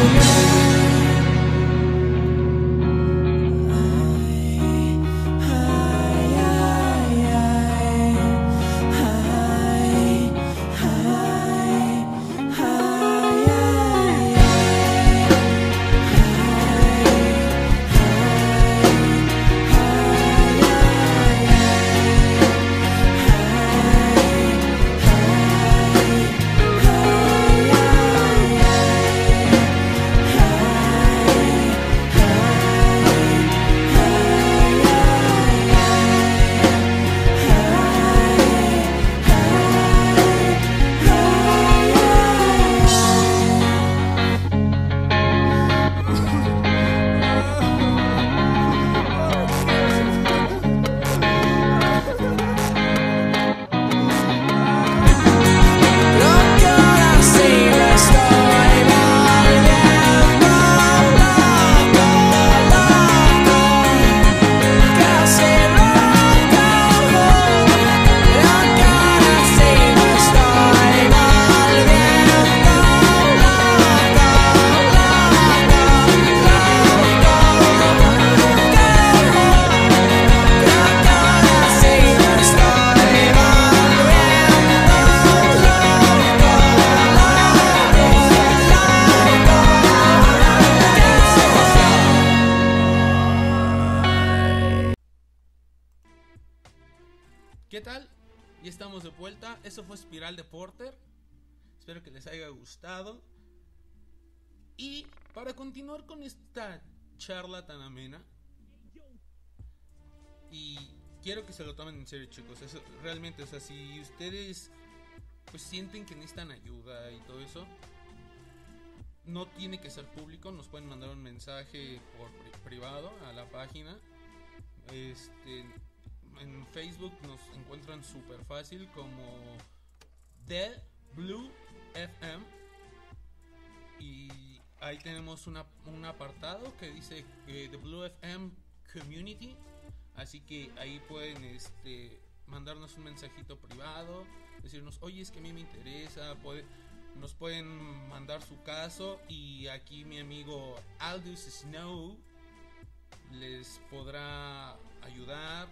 Creo que ahora sí me estoy volviendo loco, loco, casi loco. Creo que ahora sí me estoy volviendo loco, loco, Creo que ahora sí me estoy volviendo loco. ¿Qué tal? Ya estamos de vuelta. Eso fue Espiral de Porter. Espero que les haya gustado. Y para continuar con esta charla tan amena, y quiero que se lo tomen en serio, chicos. Eso, realmente, o sea, si ustedes pues sienten que necesitan ayuda y todo eso, no tiene que ser público. Nos pueden mandar un mensaje por privado a la página. En Facebook nos encuentran súper fácil como The Blue FM. Y ahí tenemos un apartado que dice The Blue FM Community. Así que ahí pueden mandarnos un mensajito privado, decirnos: oye, es que a mí me interesa. Nos pueden mandar su caso y aquí mi amigo Aldous Snow les podrá ayudar.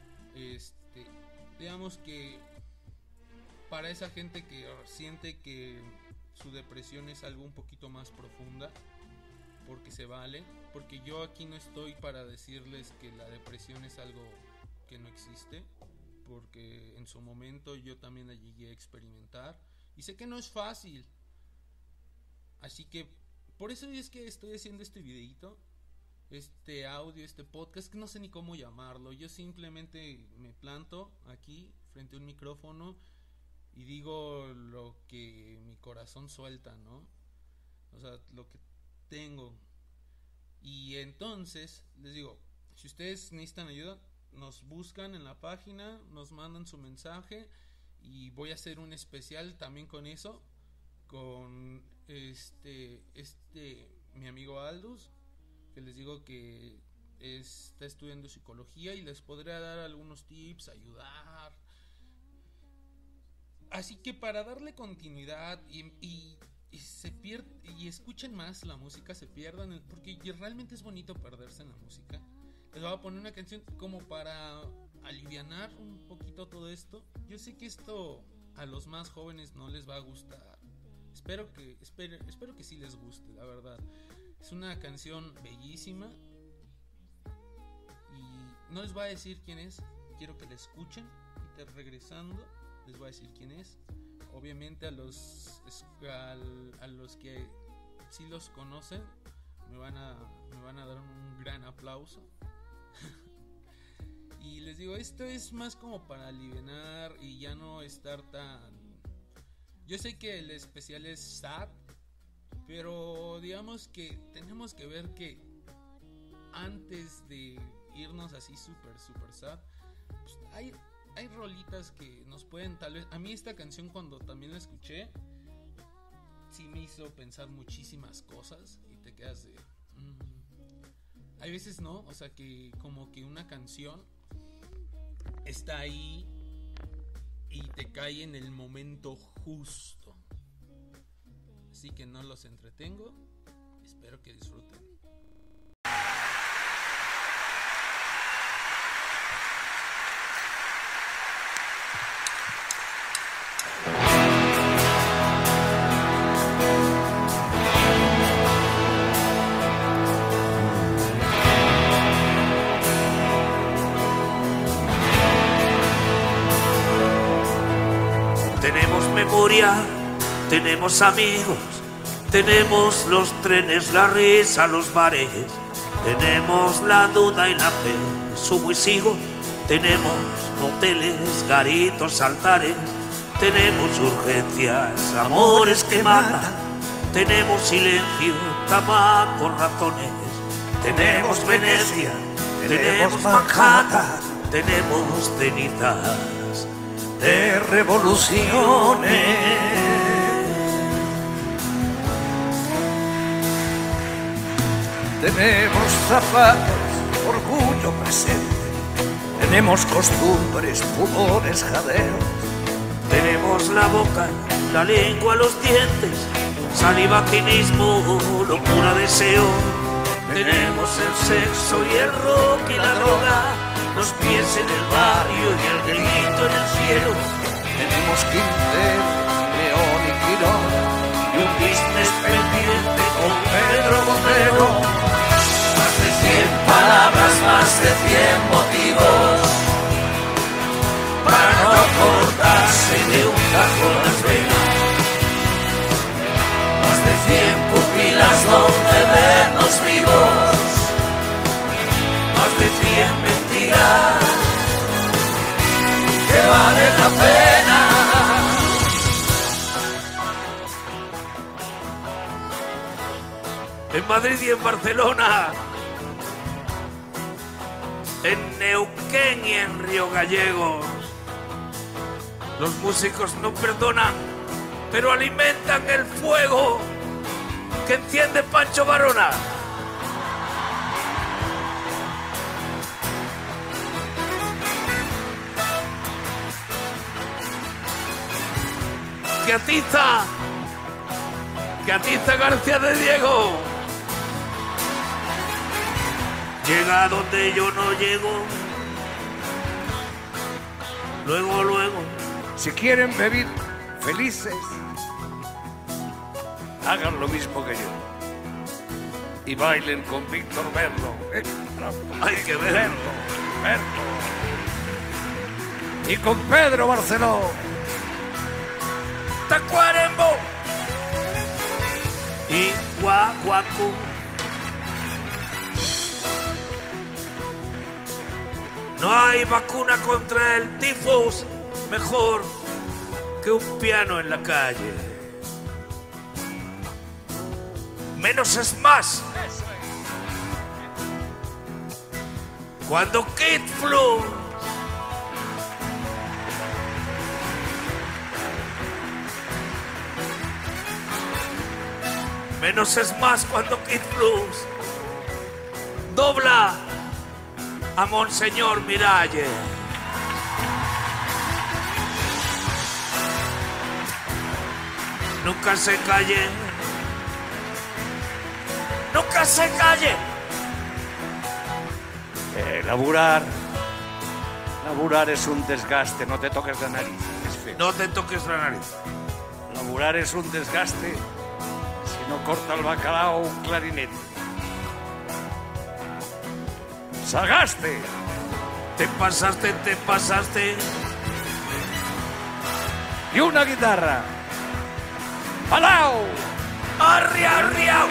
Digamos que para esa gente que siente que su depresión es algo un poquito más profunda, porque se vale, porque yo aquí no estoy para decirles que la depresión es algo que no existe, porque en su momento yo también la llegué a experimentar y sé que no es fácil. Así que por eso es que estoy haciendo este videito, este audio, este podcast, que no sé ni cómo llamarlo. Yo simplemente me planto aquí frente a un micrófono y digo lo que mi corazón suelta, ¿no? O sea, lo que tengo. Y entonces, les digo, si ustedes necesitan ayuda, nos buscan en la página, nos mandan su mensaje y voy a hacer un especial también con eso, con mi amigo Aldous, que les digo que está estudiando psicología y les podría dar algunos tips, ayudar. Así que para darle continuidad y se pierde, y escuchen más la música, se pierdan, porque realmente es bonito perderse en la música. Les voy a poner una canción como para alivianar un poquito todo esto. Yo sé que esto a los más jóvenes no les va a gustar. Espero que sí les guste, la verdad. Es una canción bellísima y no les voy a decir quién es. Quiero que la escuchen y regresando les voy a decir quién es. Obviamente a los que sí los conocen me van a dar un gran aplauso. Y les digo, esto es más como para alivianar y ya no estar tan... Yo sé que el especial es sad, pero digamos que tenemos que ver que antes de irnos así super sad, pues hay rolitas que nos pueden tal vez... A mí esta canción cuando también la escuché sí me hizo pensar muchísimas cosas y te quedas de... Hay veces no, o sea que como que una canción está ahí y te cae en el momento justo. Así que no los entretengo, espero que disfruten. Tenemos memoria, tenemos amigos, tenemos los trenes, la risa, los bares, tenemos la duda y la fe, subo y sigo, tenemos moteles, garitos, altares, tenemos urgencias, amores que matan, tenemos silencio, tabaco, ratones, tenemos Venecia, tenemos Manhattan, tenemos cenizas de revoluciones. Tenemos zapatos, orgullo presente, tenemos costumbres, pudores, jadeos, tenemos la boca, la lengua, los dientes, saliva, cinismo, locura, deseo, tenemos el sexo y el rock y la droga, los pies en el barrio y el grito en el cielo. Tenemos Quintero, León y Quirón, y un business pendiente con Pedro Botero. Más de 100 palabras, más de 100 motivos para no cortarse de un cajón las venas. Más de 100 pupilas donde vernos vivos. Más de 100 mentiras que valen la pena. En Madrid y en Barcelona, en Neuquén y en Río Gallegos, los músicos no perdonan, pero alimentan el fuego que enciende Pancho Varona. Que atiza García de Diego. Llega donde yo no llego. Luego. si quieren vivir felices, hagan lo mismo que yo y bailen con Víctor Merlo. Hay que verlo. Y con Pedro Barceló. Tacuarembó y Guaguancú. No hay vacuna contra el tifus mejor que un piano en la calle. Menos es más. Cuando Kid Flu menos es más cuando Kid Blues dobla a Monseñor Miralle. Nunca se calle, nunca se calle. Laburar es un desgaste, no te toques la nariz. Es feo. No te toques la nariz. Laburar es un desgaste. Si no corta el bacalao un clarinete. ¡Sagaste! Te pasaste. Y una guitarra. ¡Palao! ¡Arriau!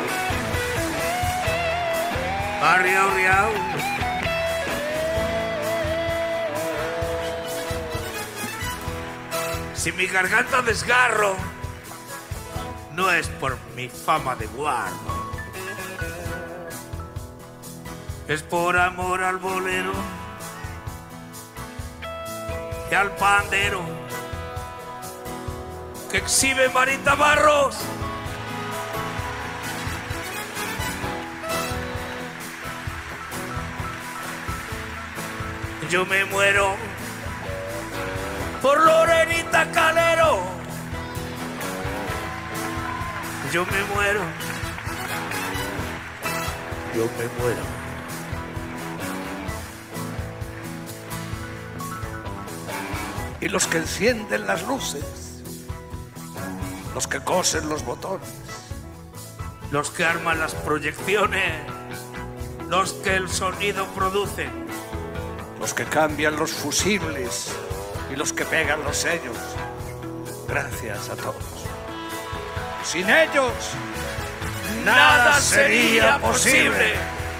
¡Arriau! Si mi garganta desgarro, no es por mi fama de guardo. Es por amor al bolero y al pandero que exhibe Marita Barros. Yo me muero por Lorenita Calero. Yo me muero. Y los que encienden las luces, los que cosen los botones, Los que arman las proyecciones, los que el sonido producen, los que cambian los fusibles y los que pegan los sellos. Gracias a todos. Sin ellos, nada sería posible.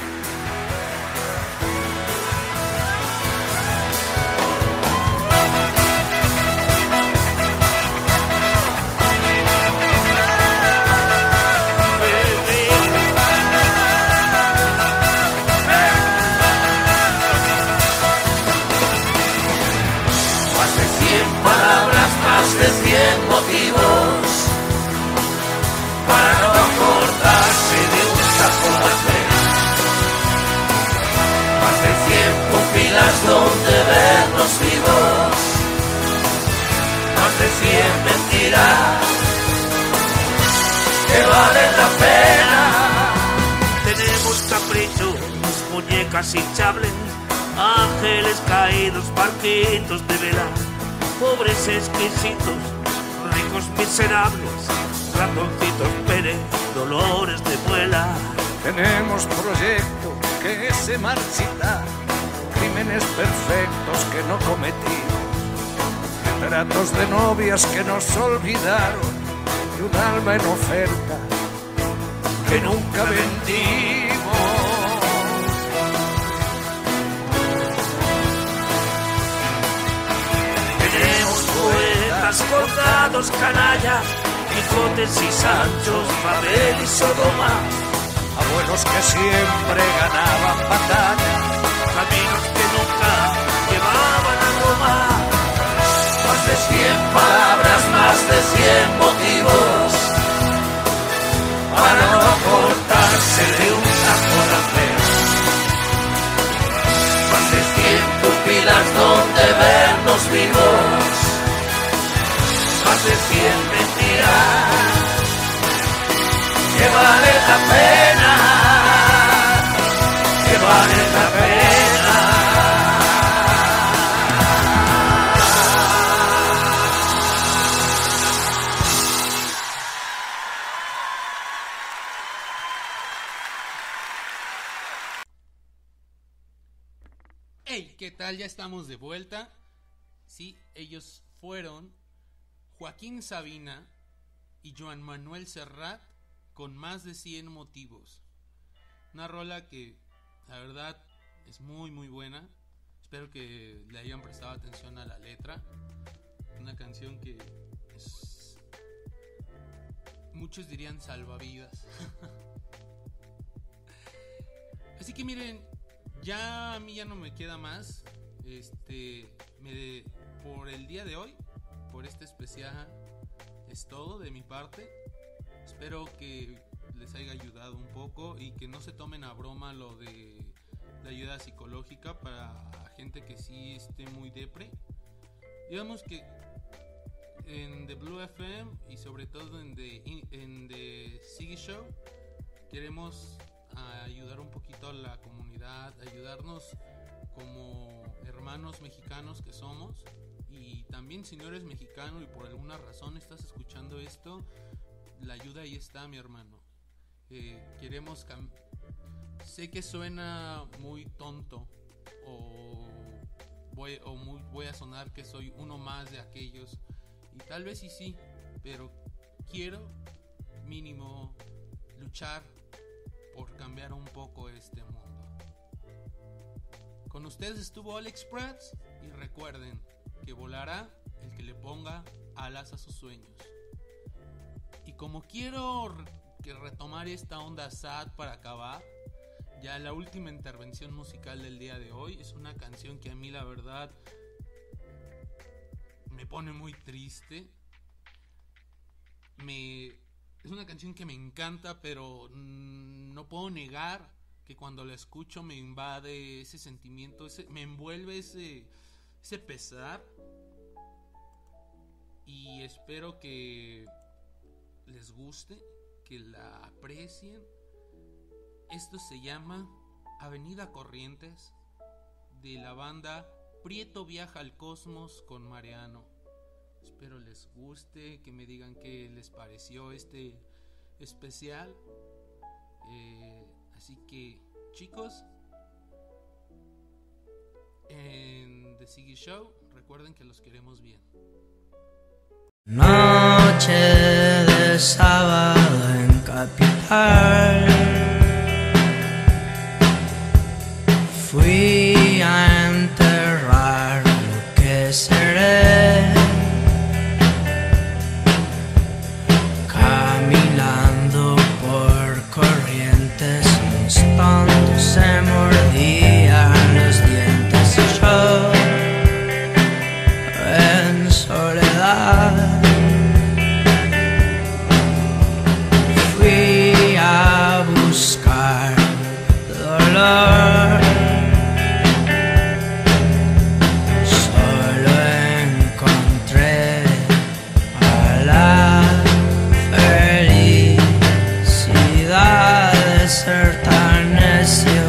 Más de 100 motivos para no cortarse de un saco las venas. Más de 100 pupilas donde vernos vivos. Más de 100 mentiras que valen la pena. tenemos caprichos, muñecas hinchables, ángeles caídos, barquitos de vela, pobres exquisitos, ricos miserables, ratoncitos Pérez, dolores de muela. Tenemos proyectos que se marchitan, crímenes perfectos que no cometimos, retratos de novias que nos olvidaron y un alma en oferta que nunca vendimos. Tenemos poetas colgados canallas, Quijotes y Sanchos, Babel y Sodoma, Abuelos que siempre ganaban batallas, caminos que nunca llevaban a Roma. Más de 100 palabras, más de 100 motivos para no cortarse de un saco las venas. Más de 100 pupilas donde vernos vivos. Más de 100 mentiras que vale la pena, que vale la pena. Hey, ¿qué tal? Ya estamos de vuelta. Sí, ellos fueron Joaquín Sabina y Joan Manuel Serrat con Más de 100 motivos. Una rola que la verdad es muy muy buena. Espero que le hayan prestado atención a la letra. Una canción que muchos dirían salvavidas. Así que miren, ya a mí ya no me queda más. Por el día de hoy, por este especial, es todo de mi parte. Espero que les haya ayudado un poco y que no se tomen a broma lo de la ayuda psicológica para gente que sí esté muy depre. Digamos que en The Blue FM y sobre todo en The Siggy Show queremos ayudar un poquito a la comunidad, ayudarnos como hermanos mexicanos que somos. Y también si no eres mexicano y por alguna razón estás escuchando esto, la ayuda ahí está, mi hermano. Queremos sé que suena muy tonto o voy a sonar que soy uno más de aquellos, y tal vez sí, pero quiero mínimo luchar por cambiar un poco este mundo. Con ustedes estuvo Alex Prats, y recuerden que volará el que le ponga alas a sus sueños. Y como quiero que retomar esta onda sad para acabar, ya la última intervención musical del día de hoy es una canción que a mí la verdad me pone muy triste. Es una canción que me encanta, pero no puedo negar que cuando la escucho me invade ese sentimiento, me envuelve ese pesar. Y espero que les guste, que la aprecien. Esto se llama Avenida Corrientes, de la banda Prieto Viaja al Cosmos con Mariano. Espero les guste, que me digan qué les pareció este especial. Así que, chicos, en The Siggy Show, recuerden que los queremos bien. Noche de sábado en Capital, fui a enterrar lo que seré, caminando por Corrientes, instante se mordían los dientes y yo en soledad fui a buscar dolor. Solo encontré a la felicidad de ser tan necio.